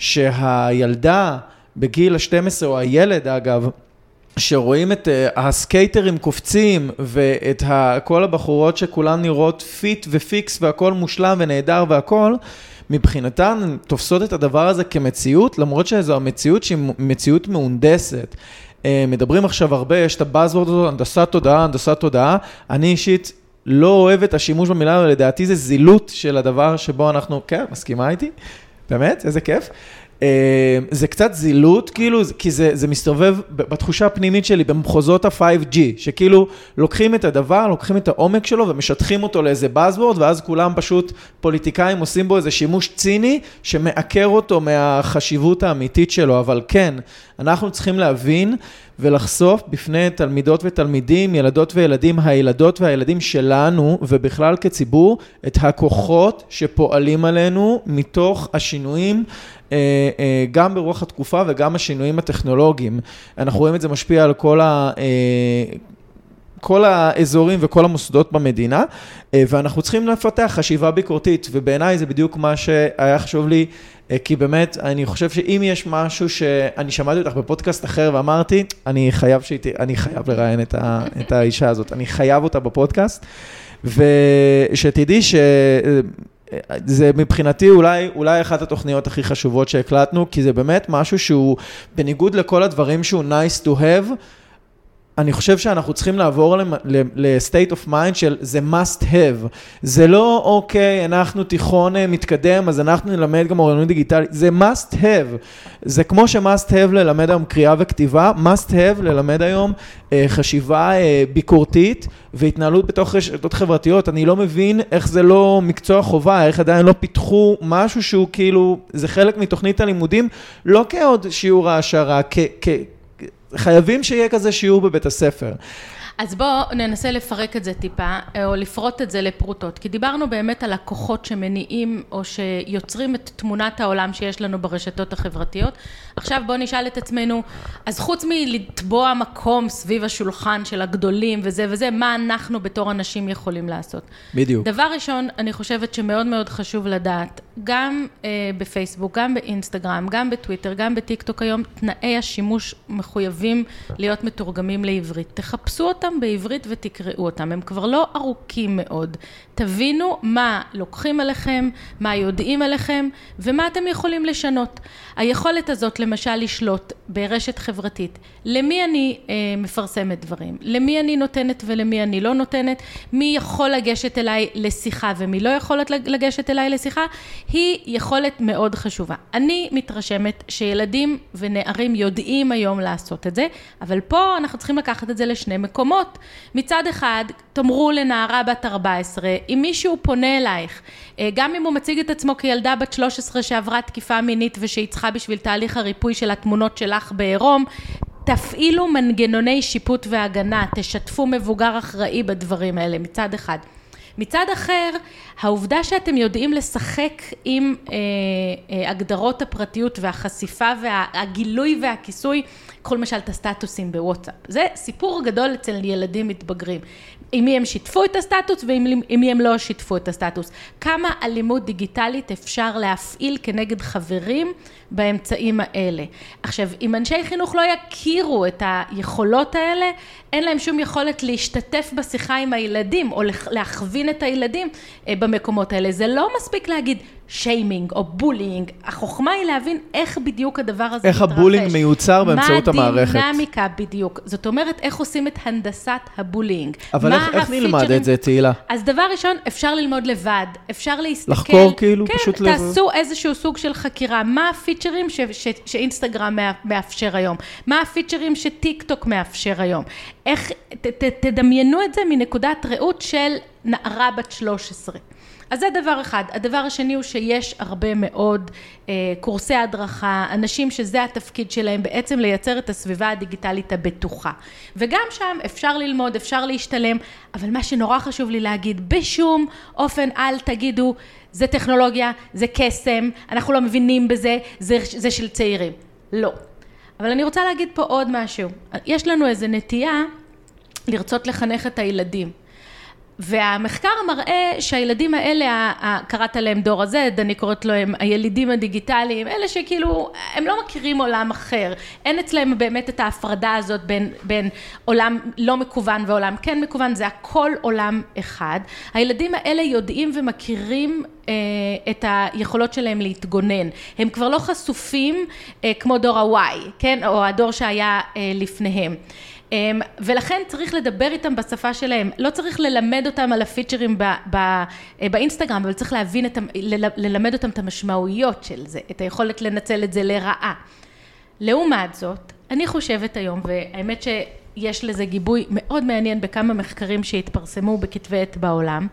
שהילדה בגיל ה-שתים עשרה, או הילד אגב, שרואים את הסקייטרים קופצים, ואת כל הבחורות שכולן נראות פיט ופיקס, והכל מושלם ונהדר והכל, מבחינתן תופסות את הדבר הזה כמציאות, למרות שזו המציאות שהיא מציאות מהונדסת. מדברים עכשיו הרבה, יש את הבאזוורד הזאת, הנדסת תודעה, הנדסת תודעה. אני אישית לא אוהב את השימוש במילה, אבל לדעתי זה זילות של הדבר שבו אנחנו, כן, מסכימה איתי? באמת? איזה כיף. זה קצת זילות, כאילו, כי זה, זה מסתובב בתחושה הפנימית שלי, במחוזות ה-פייב ג'י, שכאילו לוקחים את הדבר, לוקחים את העומק שלו ומשטחים אותו לאיזה באזוורד, ואז כולם פשוט פוליטיקאים עושים בו איזה שימוש ציני, שמעקר אותו מהחשיבות האמיתית שלו. אבל כן, אנחנו צריכים להבין ולחשוף בפני תלמידות ותלמידים, ילדות וילדים, הילדות והילדים שלנו, ובכלל כציבור, את הכוחות שפועלים עלינו מתוך השינויים, גם ברוח התקופה וגם השינויים הטכנולוגיים. אנחנו רואים את זה משפיע על כל ה... כל האזורים וכל המוסדות במדינה, ואנחנו צריכים לפתח חשיבה ביקורתית, ובעיניי זה בדיוק מה שהיה חשוב לי, כי באמת אני חושב שאם יש משהו שאני שמעתי אותך בפודקאסט אחר ואמרתי, אני חייב שהייתי, אני חייב לראיין את, ה, את האישה הזאת, אני חייב אותה בפודקאסט, ושתדעי ש... זה מבחינתי אולי, אולי אחת התוכניות הכי חשובות שהקלטנו, כי זה באמת משהו שהוא בניגוד לכל הדברים שהוא nice to have, אני חושב שאנחנו צריכים לעבור ל-state of mind של זה must have. זה לא, אוקיי, אנחנו תיכון מתקדם, אז אנחנו נלמד גם אוריינות דיגיטלית. זה must have. זה כמו ש-must have ללמד היום קריאה וכתיבה, must have ללמד היום אה, חשיבה אה, ביקורתית והתנהלות בתוך רשתות חברתיות. אני לא מבין איך זה לא מקצוע חובה, איך עדיין לא פיתחו משהו שהוא כאילו, זה חלק מתוכנית הלימודים, לא כעוד שיעור העשרה, כ... כ חייבים שיהיה כזה שיעור בבית הספר. אז בואו ננסה לפרק את זה טיפה, או לפרוט את זה לפרוטות, כי דיברנו באמת על הכוחות שמניעים, או שיוצרים את תמונת העולם שיש לנו ברשתות החברתיות. עכשיו בואו נשאל את עצמנו, אז חוץ מלטבוע מקום סביב השולחן של הגדולים וזה וזה, מה אנחנו בתור אנשים יכולים לעשות? בדיוק. דבר ראשון, אני חושבת שמאוד מאוד חשוב לדעת, גם אה, בפייסבוק, גם באינסטגרם, גם בטוויטר, גם בטיקטוק היום, תנאי השימוש מחויבים להיות מתורגמים לעברית. תחפשו אותם בעברית ותקראו אותם, הם כבר לא ארוכים מאוד. תבינו מה לוקחים עליכם, מה יודעים עליכם, ומה אתם יכולים לשנות. היכולת הזאת למשל לשלוט ברשת חברתית, למי אני אה, מפרסמת דברים, למי אני נותנת ולמי אני לא נותנת, מי יכול לגשת אליי לשיחה ומי לא יכול לגשת אליי לשיחה, היא יכולת מאוד חשובה. אני מתרשמת שילדים ונערים יודעים היום לעשות את זה, אבל פה אנחנו צריכים לקחת את זה לשני מקומות. מצד אחד, תאמרו לנערה בת ארבע עשרה, אם מישהו פונה אלייך, גם אם הוא מציג את עצמו כילדה בת שלוש עשרה שעברה תקיפה מינית ושהיא צריכה בשביל תהליך הריפוי של התמונות שלך בעירום, תפעילו מנגנוני שיפוט והגנה, תשתפו מבוגר אחראי בדברים האלה מצד אחד. מצד אחר, העובדה שאתם יודעים לשחק עם אה, אה, הגדרות הפרטיות והחשיפה והגילוי והכיסוי, קחו למשל את הסטטוסים בוואטסאפ. זה סיפור גדול אצל ילדים מתבגרים. עם מי הם שיתפו את הסטטוס ועם מי הם לא שיתפו את הסטטוס. כמה אלימות דיגיטלית אפשר להפעיל כנגד חברים באמצעים האלה. עכשיו, אם אנשי חינוך לא יכירו את היכולות האלה, אין להם שום יכולת להשתתף בשיחה עם הילדים, או להכווין את הילדים במקומות האלה. זה לא מספיק להגיד שיימינג או בולינג. החוכמה היא להבין איך בדיוק הדבר הזה איך מתרחש. הבולינג מיוצר באמצעות המערכת. מה הדינמיקה בדיוק. זאת אומרת, איך עושים את הנדסת הבולינג. אבל איך, איך נלמד את זה, תהילה? אז דבר ראשון, אפשר ללמוד לבד. אפשר להסתכל. לחקור כאילו כן, פשוט לבד. כן, תעשו איזשהו סוג של חקירה. מה הפיצ'רים ש, ש, שאינסטגרם מאפשר היום? מה הפיצ'רים שטיק טוק מאפשר היום? איך, ת, ת, תדמיינו את זה מנקודת ראות של נערה בת שלוש עשרה. אז זה דבר אחד. הדבר השני הוא שיש הרבה מאוד אה, קורסי הדרכה, אנשים שזה התפקיד שלהם בעצם לייצר את הסביבה הדיגיטלית הבטוחה. וגם שם אפשר ללמוד, אפשר להשתלם, אבל מה שנורא חשוב לי להגיד, בשום אופן אל תגידו, זה טכנולוגיה, זה קסם, אנחנו לא מבינים בזה, זה, זה של צעירים. לא. אבל אני רוצה להגיד פה עוד משהו. יש לנו איזו נטייה לרצות לחנך את הילדים. והמחקר מראה שהילדים האלה, קראת להם דור הזה, אני קוראת להם הילידים הדיגיטליים, אלה שכאילו, הם לא מכירים עולם אחר. אין אצלהם באמת את ההפרדה הזאת בין, בין עולם לא מקוון ועולם כן מקוון, זה הכל עולם אחד. הילדים האלה יודעים ומכירים אה, את היכולות שלהם להתגונן. הם כבר לא חשופים אה, כמו דור ה-Y, כן? או הדור שהיה אה, לפניהם. ולכן צריך לדבר איתם בשפה שלהם, לא צריך ללמד אותם על הפיצ'רים באינסטגרם, אבל צריך להבין את, ללמד אותם את המשמעויות של זה, את היכולת לנצל את זה לרעה. לעומת זאת, אני חושבת היום, והאמת שיש לזה גיבוי מאוד מעניין בכמה מחקרים שהתפרסמו בכתבי עת בעולם,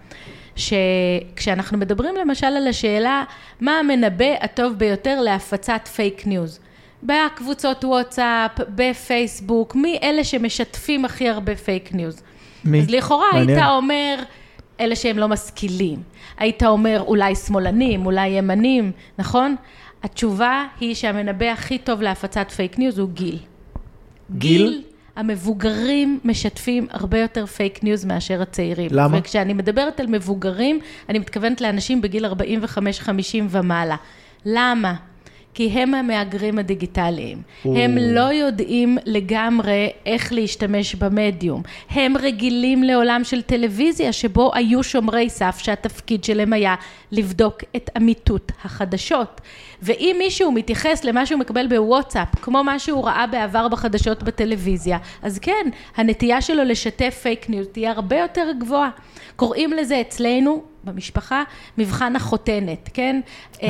שכשאנחנו מדברים למשל על השאלה, מה המנבא הטוב ביותר להפצת פייק ניוז? בקבוצות וואטסאפ, בפייסבוק, מי אלה שמשתפים הכי הרבה פייק ניוז? מי? אז לכאורה היית אומר, אלה שהם לא משכילים. היית אומר, אולי שמאלנים, אולי ימנים, נכון? התשובה היא שהמנבא הכי טוב להפצת פייק ניוז הוא גיל. גיל? גיל, המבוגרים משתפים הרבה יותר פייק ניוז מאשר הצעירים. למה? וכשאני מדברת על מבוגרים, אני מתכוונת לאנשים בגיל ארבעים וחמש חמישים ומעלה. למה? כי הם המאגרים הדיגיטליים. הם לא יודעים לגמרי איך להשתמש במדיום. הם רגילים לעולם של טלוויזיה שבו היו שומרי סף שהתפקיד שלהם היה לבדוק את אמיתות החדשות. ואם מישהו מתייחס למה שהוא מקבל בוואטסאפ, כמו מה שהוא ראה בעבר בחדשות בטלוויזיה, אז כן, הנטייה שלו לשתף פייק ניוז תהיה הרבה יותר גבוהה. קוראים לזה אצלנו, במשפחה, מבחן החותנת, כן?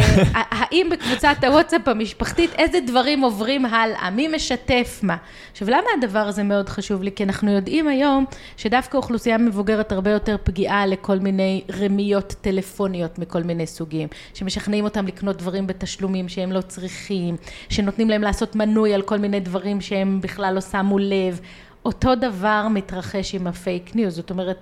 האם בקבוצת הוואטסאפ המשפחתית, איזה דברים עוברים הלאה? מי משתף מה? עכשיו, למה הדבר הזה מאוד חשוב לי? כי אנחנו יודעים היום שדווקא אוכלוסייה מבוגרת הרבה יותר פגיעה לכל מיני רמיות טלפוניות מכל מיני סוגים, שמשכנעים אותם לקנות דברים בתשלומים שהם לא צריכים, שנותנים להם לעשות מנוי על כל מיני דברים שהם בכלל לא שמו לב. אותו דבר מתרחש עם הפייק ניוז, זאת אומרת,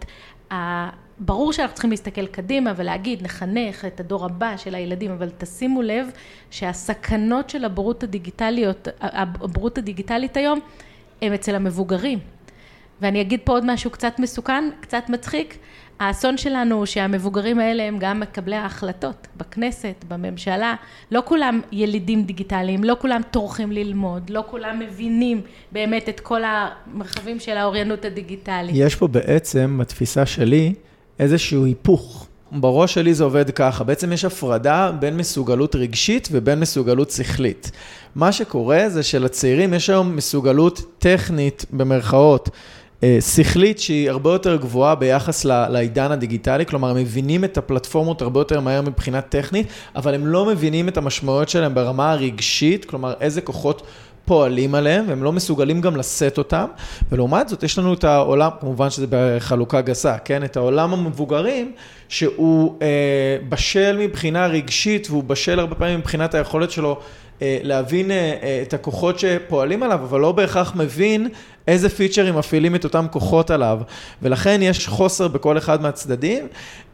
ברור שאנחנו צריכים להסתכל קדימה ולהגיד, נחנך את הדור הבא של הילדים, אבל תשימו לב שהסכנות של הבורות הדיגיטליות, הבורות הדיגיטלית היום, הם אצל המבוגרים. ואני אגיד פה עוד משהו קצת מסוכן, קצת מצחיק. האסון שלנו הוא שהמבוגרים האלה הם גם מקבלי ההחלטות בכנסת, בממשלה. לא כולם ילידים דיגיטליים, לא כולם טורחים ללמוד, לא כולם מבינים באמת את כל המרחבים של האוריינות הדיגיטלית. יש פה בעצם, בתפיסה שלי, איזשהו היפוך. בראש שלי זה עובד ככה. בעצם יש הפרדה בין מסוגלות רגשית ובין מסוגלות שכלית. מה שקורה זה שלצעירים יש היום מסוגלות טכנית במרכאות, שכלית שהיא הרבה יותר גבוהה ביחס לעידן הדיגיטלי, כלומר, הם מבינים את הפלטפורמות הרבה יותר מהר מבחינה טכנית, אבל הם לא מבינים את המשמעויות שלהם ברמה הרגשית, כלומר, איזה כוחות פועלים עליהם, והם לא מסוגלים גם לשאת אותם, ולעומת זאת, יש לנו את העולם, כמובן שזה בחלוקה גסה, כן? את העולם המבוגרים, שהוא אה, בשל מבחינה רגשית, והוא בשל הרבה פעמים מבחינת היכולת שלו, להבין את הכוחות שפועלים עליו, אבל לא בהכרח מבין איזה פיצ'רים מפעילים את אותם כוחות עליו, ולכן יש חוסר בכל אחד מהצדדים.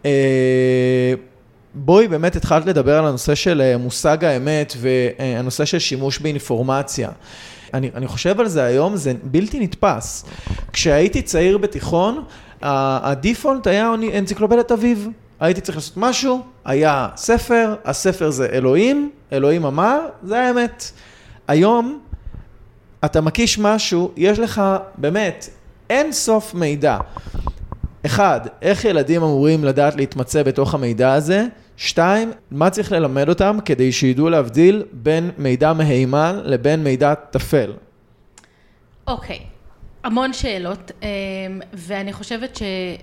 בואי באמת התחלת לדבר על הנושא של מושג האמת, והנושא של שימוש באינפורמציה. אני, אני חושב על זה היום, זה בלתי נתפס. כשהייתי צעיר בתיכון, הדיפולט היה אנציקלופדיית אביב. הייתי צריך לעשות משהו, היה ספר, הספר זה אלוהים, אלוהים אמר, זה האמת. היום, אתה מקיש משהו, יש לך באמת אין סוף מידע. אחד, איך ילדים אמורים לדעת להתמצא בתוך המידע הזה? שתיים, מה צריך ללמד אותם כדי שידעו להבדיל בין מידע מהימן לבין מידע תפל? אוקיי. המון שאלות, ואני חושבת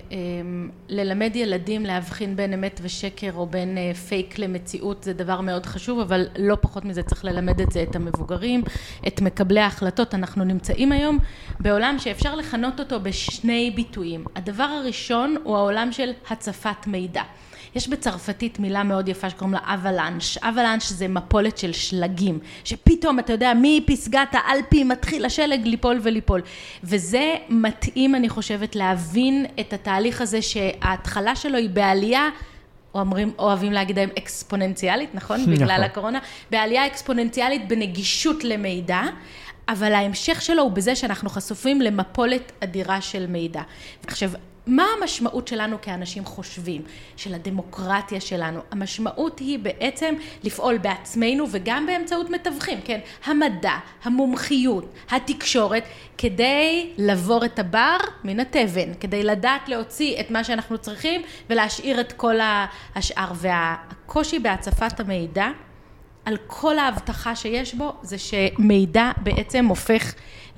שללמד ילדים להבחין בין אמת ושקר או בין פייק למציאות זה דבר מאוד חשוב, אבל לא פחות מזה צריך ללמד את זה את המבוגרים, את מקבלי ההחלטות. אנחנו נמצאים היום בעולם שאפשר לכנות אותו בשני ביטויים. הדבר הראשון הוא העולם של הצפת מידע. יש בצרפתית מילה מאוד יפה שקוראים לה אבלנש. אבלנש זה מפולת של שלגים, שפתאום אתה יודע מפסגת האלפים מתחיל השלג ליפול וליפול. וזה מתאים, אני חושבת, להבין את התהליך הזה שההתחלה שלו היא בעלייה, אומרים, אוהבים להגיד להם אקספוננציאלית, נכון? בגלל הקורונה. בעלייה אקספוננציאלית בנגישות למידע, אבל ההמשך שלו הוא בזה שאנחנו חשופים למפולת אדירה של מידע. עכשיו, מה המשמעות שלנו כאנשים חושבים, של הדמוקרטיה שלנו? המשמעות היא בעצם לפעול בעצמנו וגם באמצעות מתווכים, כן? המדע, המומחיות, התקשורת, כדי לעבור את הבר מן התבן, כדי לדעת להוציא את מה שאנחנו צריכים ולהשאיר את כל השאר. והקושי בהצפת המידע, על כל ההבטחה שיש בו, זה שמידע בעצם הופך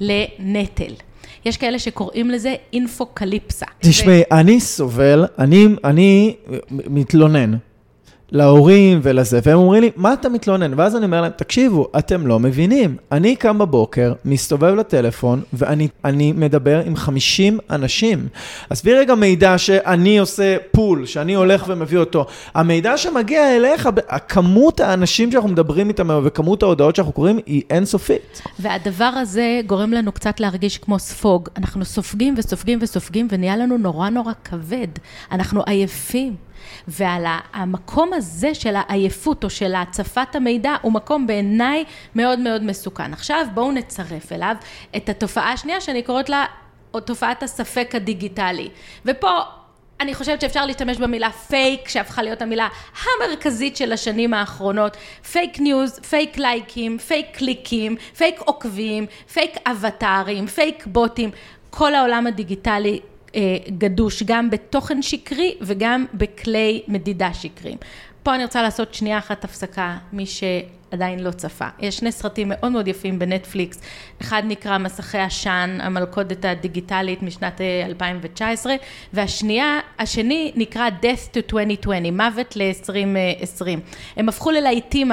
לנטל. יש כאלה שקוראים לזה אינפוקליפסה. תשמעי, אני סובל, אני, אני מתלונן להורים ולזה, והם אומרים לי, מה אתה מתלונן? ואז אני אומר להם, תקשיבו, אתם לא מבינים. אני קם בבוקר, מסתובב לטלפון, ואני אני מדבר עם חמישים אנשים. אז בי רגע מידע שאני עושה פול, שאני הולך ומביא אותו. המידע שמגיע אליך, הכמות האנשים שאנחנו מדברים איתם, וכמות ההודעות שאנחנו קוראים, היא אינסופית. והדבר הזה גורם לנו קצת להרגיש כמו ספוג. אנחנו סופגים וסופגים וסופגים, ונהיה לנו נורא נורא כבד. אנחנו עייפים. ועל המקום הזה של העייפות או של הצפת המידע הוא מקום בעיניי מאוד מאוד מסוכן. עכשיו בואו נצרף אליו את התופעה השנייה שאני קוראת לה תופעת הספק הדיגיטלי. ופה אני חושבת שאפשר להשתמש במילה פייק, שהפכה להיות המילה המרכזית של השנים האחרונות. פייק ניוז, פייק לייקים, פייק קליקים, פייק עוקבים, פייק אבטרים, פייק בוטים. כל העולם הדיגיטלי גדוש גם בתוכן שקרי וגם בכלי מדידה שקריים. פה אני רוצה לעשות שנייה אחת הפסקה, מי שעדיין לא צפה. יש שני סרטים מאוד מאוד יפים בנטפליקס. אחד נקרא מסכי עשן, המלכודת הדיגיטלית משנת אלפיים תשע עשרה, והשנייה, השני נקרא Death to עשרים עשרים, מוות ל-עשרים עשרים. הם הפכו ללהיטים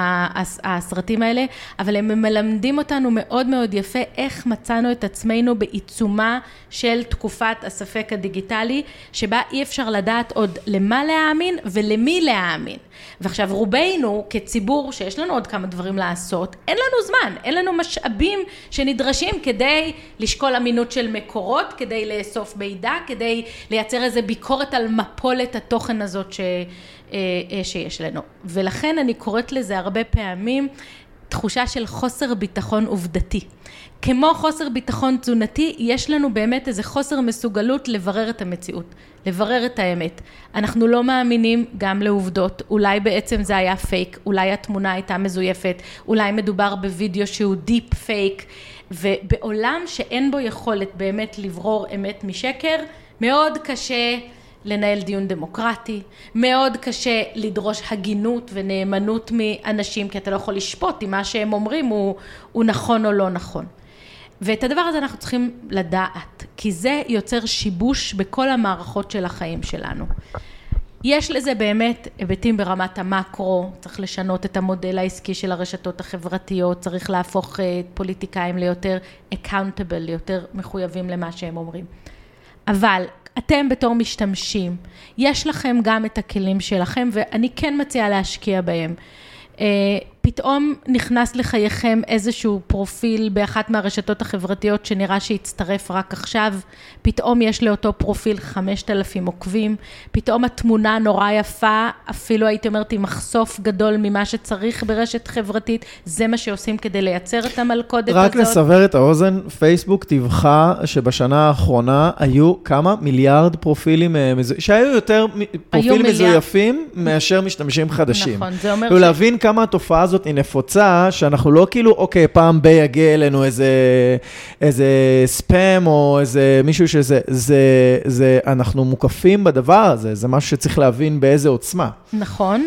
הסרטים האלה, אבל הם מלמדים אותנו מאוד מאוד יפה איך מצאנו את עצמנו בעיצומה של תקופת הספק הדיגיטלי, שבה אי אפשר לדעת עוד למה להאמין ולמי להאמין. ועכשיו רובנו כציבור שיש לנו עוד כמה דברים לעשות, אין לנו זמן, אין לנו משאבים שנדרשים כדי לשקול אמינות של מקורות, כדי לאסוף מידע, כדי לייצר איזו ביקורת על מפולת התוכן הזאת ש, שיש לנו. ולכן אני קוראת לזה הרבה פעמים תחושה של חוסר ביטחון עובדתי. כמו חוסר ביטחון תזונתי, יש לנו באמת איזה חוסר מסוגלות לברר את המציאות, לברר את האמת. אנחנו לא מאמינים גם לעובדות, אולי בעצם זה היה פייק, אולי התמונה הייתה מזויפת, אולי מדובר בווידאו שהוא דיפ פייק, ובעולם שאין בו יכולת באמת לברור אמת משקר, מאוד קשה לנהל דיון דמוקרטי, מאוד קשה לדרוש הגינות ונאמנות מאנשים, כי אתה לא יכול לשפוט אם מה שהם אומרים הוא, הוא נכון או לא נכון. ואת הדבר הזה אנחנו צריכים לדעת, כי זה יוצר שיבוש בכל המערכות של החיים שלנו. יש לזה באמת היבטים ברמת המקרו, צריך לשנות את המודל העסקי של הרשתות החברתיות, צריך להפוך פוליטיקאים ליותר accountable, ליותר מחויבים למה שהם אומרים. אבל אתם בתור משתמשים, יש לכם גם את הכלים שלכם, ואני כן מציעה להשקיע בהם. פתאום נכנס לחייכם איזשהו פרופיל באחת מהרשתות החברתיות שנראה שהצטרף רק עכשיו, פתאום יש לאותו פרופיל חמשת אלפים עוקבים, פתאום התמונה נורא יפה, אפילו הייתי אומרת עם מחשוף גדול ממה שצריך ברשת חברתית, זה מה שעושים כדי לייצר את המלכודת הזאת. רק לסבר את האוזן, פייסבוק טבחה שבשנה האחרונה היו כמה מיליארד פרופילים, שהיו יותר פרופילים מזויפים מאשר משתמשים חדשים. נכון, זה אומר ש... ולהבין כמה התופעה הזאת היא נפוצה, שאנחנו לא כאילו, אוקיי, פעם בי יגיע אלינו איזה, איזה ספאם או איזה מישהו שזה, זה, זה, אנחנו מוקפים בדבר הזה, זה משהו שצריך להבין באיזה עוצמה. נכון,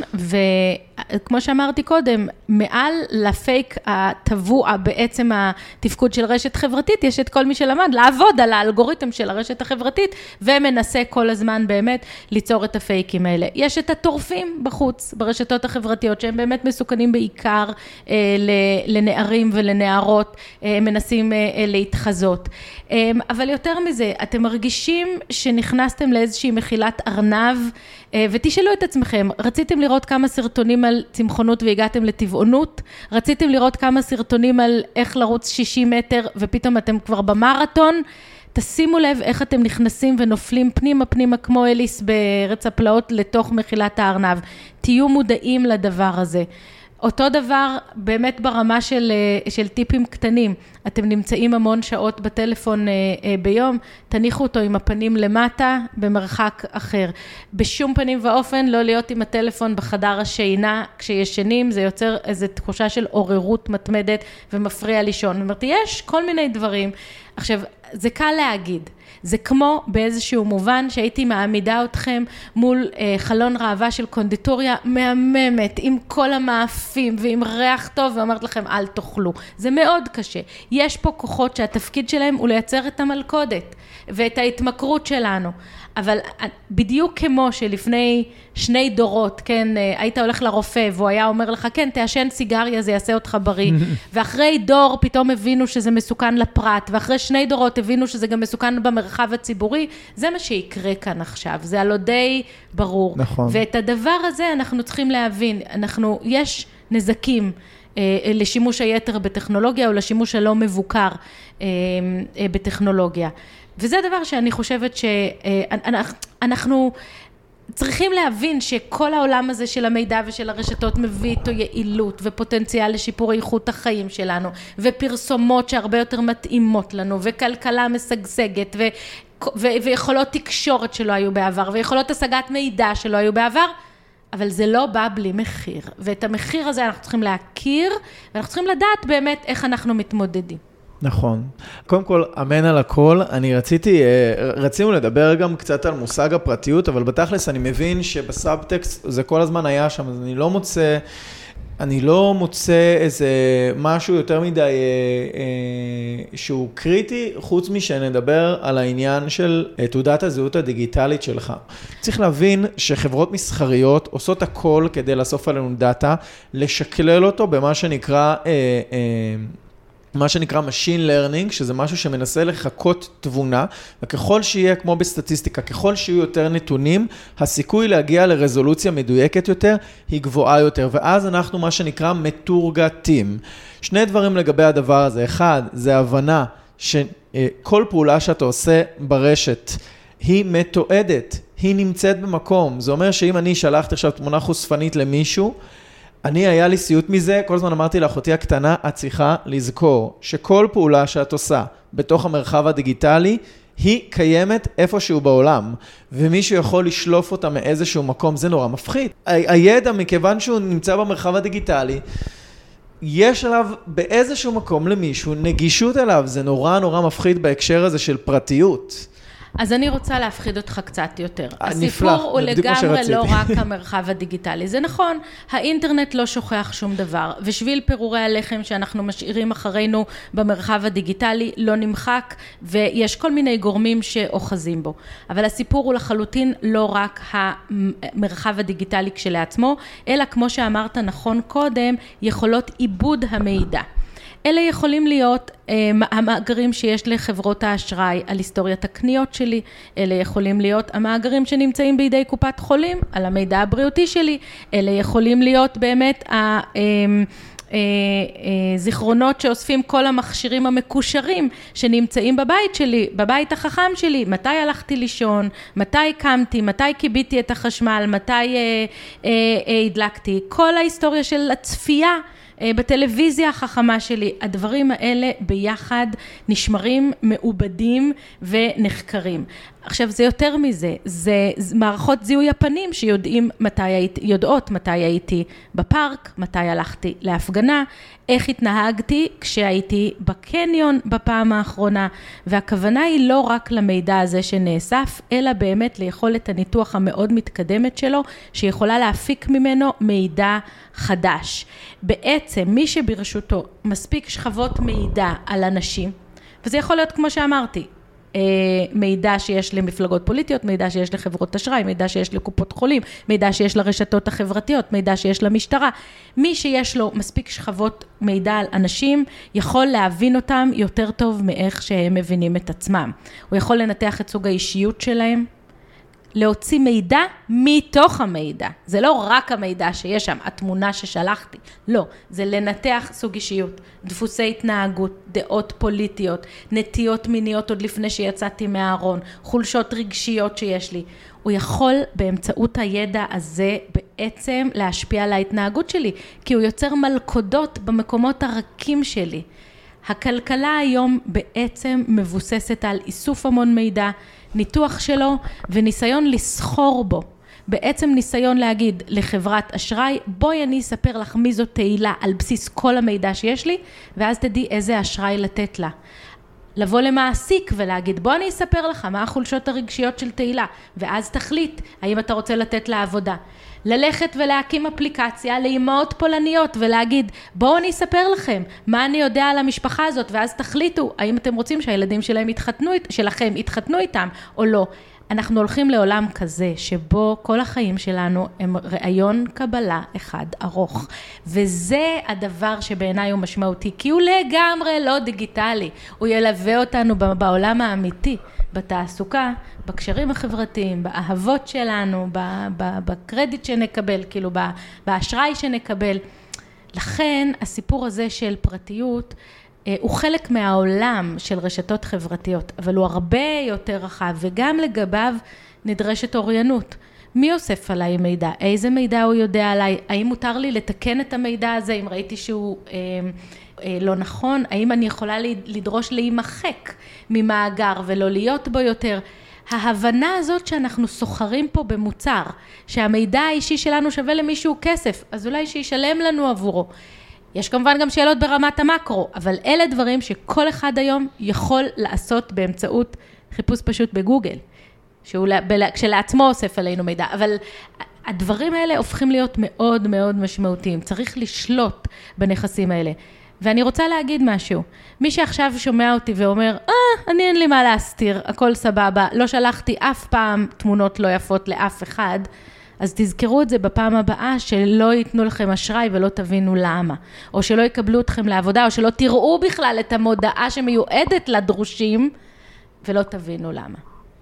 וכמו שאמרתי קודם, מעל לפייק הטבוע בעצם התפקוד של רשת חברתית, יש את כל מי שלמד לעבוד על האלגוריתם של הרשת החברתית, ומנסה כל הזמן באמת ליצור את הפייקים האלה. יש את הטורפים בחוץ, ברשתות החברתיות, שהם באמת מסוכנים בעיקר אה, לנערים ולנערות, אה, מנסים אה, להתחזות. אה, אבל יותר מזה, אתם מרגישים שנכנסתם לאיזושהי מחילת ארנב, אה, ותשאלו את עצמכם, רציתם לראות כמה סרטונים על צמחונות והגעתם לטבעונות? רציתם לראות כמה סרטונים על איך לרוץ שישים מטר ופתאום אתם כבר במרתון? תשימו לב איך אתם נכנסים ונופלים פנימה פנימה כמו אליס בארץ הפלאות לתוך מחילת הארנב. תהיו מודעים לדבר הזה. אותו דבר באמת ברמה של, של טיפים קטנים. אתם נמצאים המון שעות בטלפון ביום, תניחו אותו עם הפנים למטה במרחק אחר. בשום פנים ואופן לא להיות עם הטלפון בחדר השינה כשישנים, זה יוצר איזו תחושה של עוררות מתמדת ומפריע לישון. זאת אומרת, יש כל מיני דברים. עכשיו, זה קל להגיד. זה כמו באיזשהו מובן שהייתי מעמידה אתכם מול אה, חלון ראווה של קונדיטוריה מהממת, עם כל המאפים ועם ריח טוב, ואמרת לכם אל תאכלו. זה מאוד קשה. יש פה כוחות שהתפקיד שלהם הוא לייצר את המלכודת ואת ההתמכרות שלנו. אבל בדיוק כמו שלפני שני דורות, כן, היית הולך לרופא והוא היה אומר לך, כן, תעשן סיגריה, זה יעשה אותך בריא. ואחרי דור פתאום הבינו שזה מסוכן לפרט, ואחרי שני דורות הבינו שזה גם מסוכן במרחב הציבורי. זה מה שיקרה כאן עכשיו, זה הלא די ברור. נכון. ואת הדבר הזה אנחנו צריכים להבין, אנחנו, יש נזקים לשימוש היתר בטכנולוגיה, או לשימוש הלא מבוקר בטכנולוגיה. וזה דבר שאני חושבת שאנחנו צריכים להבין שכל העולם הזה של המידע ושל הרשתות מביא איתו יעילות ופוטנציאל לשיפור איכות החיים שלנו, ופרסומות שהרבה יותר מתאימות לנו, וכלכלה משגשגת, ו- ו- ויכולות תקשורת שלא היו בעבר, ויכולות השגת מידע שלא היו בעבר, אבל זה לא בא בלי מחיר. ואת המחיר הזה אנחנו צריכים להכיר, ואנחנו צריכים לדעת באמת איך אנחנו מתמודדים. נכון. קודם כל, אמן על הכל. אני רציתי, רצינו לדבר גם קצת על מושג הפרטיות, אבל בתכלס אני מבין שבסאבטקסט זה כל הזמן היה שם, אז אני לא מוצא, אני לא מוצא איזה משהו יותר מדי אה, אה, שהוא קריטי, חוץ משנדבר על העניין של תעודת הזהות הדיגיטלית שלך. צריך להבין שחברות מסחריות עושות הכל כדי לאסוף עלינו דאטה, לשקלל אותו במה שנקרא... אה, אה, מה שנקרא Machine Learning, שזה משהו שמנסה לחכות תבונה, וככל שיהיה כמו בסטטיסטיקה, ככל שיהיו יותר נתונים, הסיכוי להגיע לרזולוציה מדויקת יותר, היא גבוהה יותר, ואז אנחנו מה שנקרא מתורגתים. שני דברים לגבי הדבר הזה, אחד, זה הבנה שכל פעולה שאתה עושה ברשת, היא מתועדת, היא נמצאת במקום, זה אומר שאם אני שלחתי עכשיו תמונה חושפנית למישהו, אני היה לי סיוט מזה, כל הזמן אמרתי לאחותי הקטנה, את צריכה לזכור שכל פעולה שאת עושה בתוך המרחב הדיגיטלי, היא קיימת איפשהו בעולם, ומישהו יכול לשלוף אותה מאיזשהו מקום, זה נורא מפחיד. הידע, מכיוון שהוא נמצא במרחב הדיגיטלי, יש עליו באיזשהו מקום למישהו נגישות אליו, זה נורא נורא מפחיד בהקשר הזה של פרטיות. אז אני רוצה להפחיד אותך קצת יותר. נפלא, הסיפור הוא לגמרי לא רק המרחב הדיגיטלי. זה נכון, האינטרנט לא שוכח שום דבר, ושביל פירורי הלחם שאנחנו משאירים אחרינו במרחב הדיגיטלי לא נמחק, ויש כל מיני גורמים שאוחזים בו. אבל הסיפור הוא לחלוטין לא רק המרחב הדיגיטלי כשלעצמו, אלא כמו שאמרת נכון קודם, יכולות עיבוד המידע. אלה יכולים להיות אה, המאגרים שיש לחברות האשראי על היסטוריית הקניות שלי, אלה יכולים להיות המאגרים שנמצאים בידי קופת חולים על המידע הבריאותי שלי, אלה יכולים להיות באמת ה... אה, אה, אה, זיכרונות שאוספים כל המכשירים המקושרים שנמצאים בבית שלי, בבית החכם שלי, מתי הלכתי לישון, מתי קמתי, מתי קיביתי את החשמל, מתי אה, אה, אה, הדלקתי, כל ההיסטוריה של הצפייה, בטלוויזיה החכמה שלי, הדברים האלה ביחד נשמרים, מעובדים ונחקרים. עכשיו זה יותר מזה, זה מערכות זיהוי הפנים שיודעים מתי הייתי, יודעות מתי הייתי בפארק, מתי הלכתי להפגנה, איך התנהגתי כשהייתי בקניון בפעם האחרונה, והכוונה היא לא רק למידע הזה שנאסף, אלא באמת ליכולת הניתוח המאוד מתקדמת שלו, שיכולה להפיק ממנו מידע חדש. בעצם מי שברשותו מספיק שכבות מידע על אנשים, וזה יכול להיות כמו שאמרתי, מידע שיש למפלגות פוליטיות, מידע שיש לחברות אשראי, מידע שיש לקופות חולים, מידע שיש לרשתות החברתיות, מידע שיש למשטרה. מי שיש לו מספיק שכבות מידע על אנשים, יכול להבין אותם יותר טוב מאיך שהם מבינים את עצמם. הוא יכול לנתח את סוג האישיות שלהם, להוציא מידע מתוך המידע. זה לא רק המידע שיש שם, התמונה ששלחתי. לא, זה לנתח סוג אישיות, דפוסי התנהגות, דעות פוליטיות, נטיות מיניות עוד לפני שיצאתי מהארון, חולשות רגשיות שיש לי. הוא יכול באמצעות הידע הזה בעצם להשפיע על ההתנהגות שלי, כי הוא יוצר מלכודות במקומות הרכים שלי. הכלכלה היום בעצם מבוססת על איסוף המון מידע, ניתוח שלו וניסיון לסחור בו. בעצם ניסיון להגיד לחברת אשראי, בואי אני אספר לך מי זאת תהילה על בסיס כל המידע שיש לי, ואז תדעי איזה אשראי לתת לה. לבוא למעסיק ולהגיד, בוא אני אספר לך מה החולשות הרגשיות של תהילה, ואז תחליט האם אתה רוצה לתת לה עבודה. ללכת ולהקים אפליקציה לאימהות פולניות ולהגיד, בואו אני אספר לכם מה אני יודע על המשפחה הזאת, ואז תחליטו האם אתם רוצים שהילדים שלהם יתחתנו, שלכם יתחתנו איתם או לא. אנחנו הולכים לעולם כזה שבו כל החיים שלנו הם רעיון קבלה אחד ארוך, וזה הדבר שבעיניי הוא משמעותי, כי הוא לגמרי לא דיגיטלי, הוא ילווה אותנו בעולם האמיתי, בתעסוקה, בקשרים החברתיים, באהבות שלנו, בקרדיט שנקבל, כאילו באשראי שנקבל. לכן הסיפור הזה של פרטיות הוא חלק מהעולם של רשתות חברתיות, אבל הוא הרבה יותר רחב, וגם לגביו נדרשת אוריינות. מי אוסף עליי מידע? איזה מידע הוא יודע עליי? האם מותר לי לתקן את המידע הזה אם ראיתי שהוא אה, אה, לא נכון? האם אני יכולה לדרוש להימחק ממאגר ולא להיות בו יותר? ההבנה הזאת שאנחנו סוחרים פה במוצר, שהמידע האישי שלנו שווה למישהו כסף, אז אולי שישלם לנו עבורו. יש כמובן גם שאלות ברמת המקרו, אבל אלה דברים שכל אחד היום יכול לעשות באמצעות חיפוש פשוט בגוגל, שהוא כשלעצמו אוסף עלינו מידע, אבל הדברים האלה הופכים להיות מאוד מאוד משמעותיים, צריך לשלוט בנכסים האלה. ואני רוצה להגיד משהו, מי שעכשיו שומע אותי ואומר, אה, אני אין לי מה להסתיר, הכל סבבה, לא שלחתי אף פעם תמונות לא יפות לאף אחד, אז תזכרו את זה בפעם הבאה, שלא ייתנו לכם אשראי ולא תבינו למה, או שלא יקבלו אתכם לעבודה, או שלא תראו בכלל את המודעה שמיועדת לדרושים, ולא תבינו למה.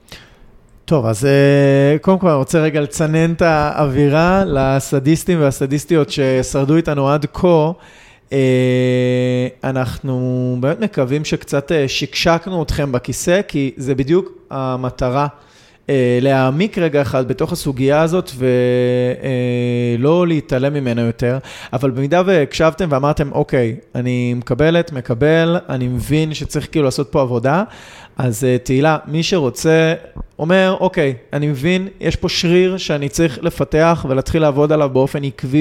טוב, אז קודם כל אני רוצה רגע לצנן את האווירה לסדיסטים והסדיסטיות ששרדו איתנו עד כה. אנחנו באמת מקווים שקצת שקשקנו אתכם בכיסא, כי זה בדיוק המטרה, להעמיק רגע אחד בתוך הסוגיה הזאת ולא להתעלם ממנה יותר, אבל במידה והקשבתם ואמרתם, אוקיי, אני מקבלת, מקבל, אני מבין שצריך כאילו לעשות פה עבודה, אז תהילה, מי שרוצה אומר, אוקיי, אני מבין, יש פה שריר שאני צריך לפתח ולהתחיל לעבוד עליו באופן עקבי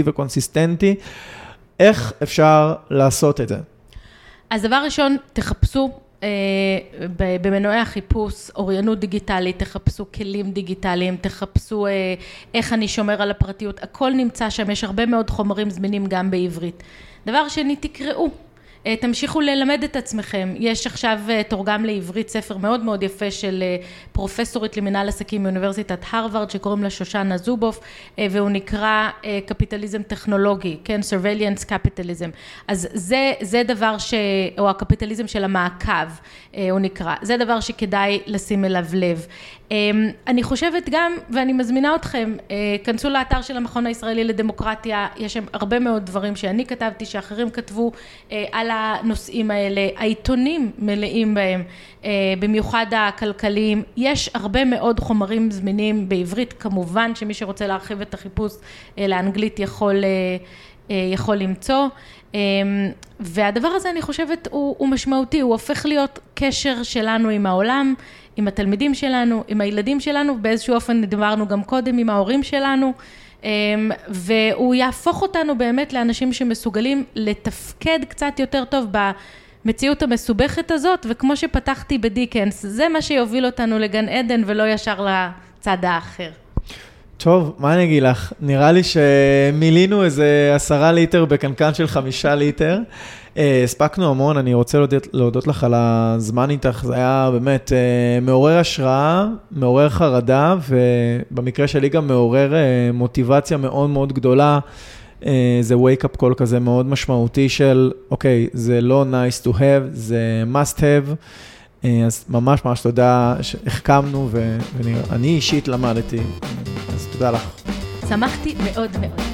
וקונסיסטנטי, איך אפשר לעשות את זה? אז דבר ראשון, תחפשו במנועי החיפוש אוריינות דיגיטלית, תחפשו כלים דיגיטליים, תחפשו איך אני שומר על הפרטיות, הכל נמצא שם, יש הרבה מאוד חומרים זמינים גם בעברית. דבר שני, תקראו. תמשיכו ללמד את עצמכם. יש עכשיו תורגם לעברית ספר מאוד מאוד יפה של פרופסורית למנהל עסקים מאוניברסיטת הרווארד, שקוראים לה שושנה זובוף, והוא נקרא קפיטליזם טכנולוגי, כן, surveillance capitalism. אז זה, זה דבר ש... או הקפיטליזם של המעקב, הוא נקרא. זה דבר שכדאי לשים אליו לב. אני חושבת גם, ואני מזמינה אתכם, כנסו לאתר של המכון הישראלי לדמוקרטיה, יש שם הרבה מאוד דברים שאני כתבתי, שאחרים כתבו על הנושאים האלה, העיתונים מלאים בהם, במיוחד הכלכליים, יש הרבה מאוד חומרים זמינים בעברית, כמובן שמי שרוצה להרחיב את החיפוש לאנגלית יכול, יכול למצוא, והדבר הזה אני חושבת הוא, הוא משמעותי, הוא הופך להיות קשר שלנו עם העולם, עם התלמידים שלנו, עם הילדים שלנו, באיזשהו אופן דיברנו גם קודם עם ההורים שלנו, והוא יהפוך אותנו באמת לאנשים שמסוגלים לתפקד קצת יותר טוב במציאות המסובכת הזאת, וכמו שפתחתי בדיקנס, זה מה שיוביל אותנו לגן עדן ולא ישר לצד האחר. טוב, מה אני אגיד לך? נראה לי שמילינו איזה עשרה ליטר בקנקן של חמישה ליטר. הספקנו המון, אני רוצה להודות, להודות לך על הזמן איתך, זה היה באמת מעורר השראה, מעורר חרדה, ובמקרה שלי גם מעורר מוטיבציה מאוד מאוד גדולה, זה wake up call כזה מאוד משמעותי של, אוקיי, זה לא nice to have, זה must have, אז ממש ממש תודה שהחכמנו, ואני אישית למדתי, אז תודה לך. שמחתי מאוד מאוד.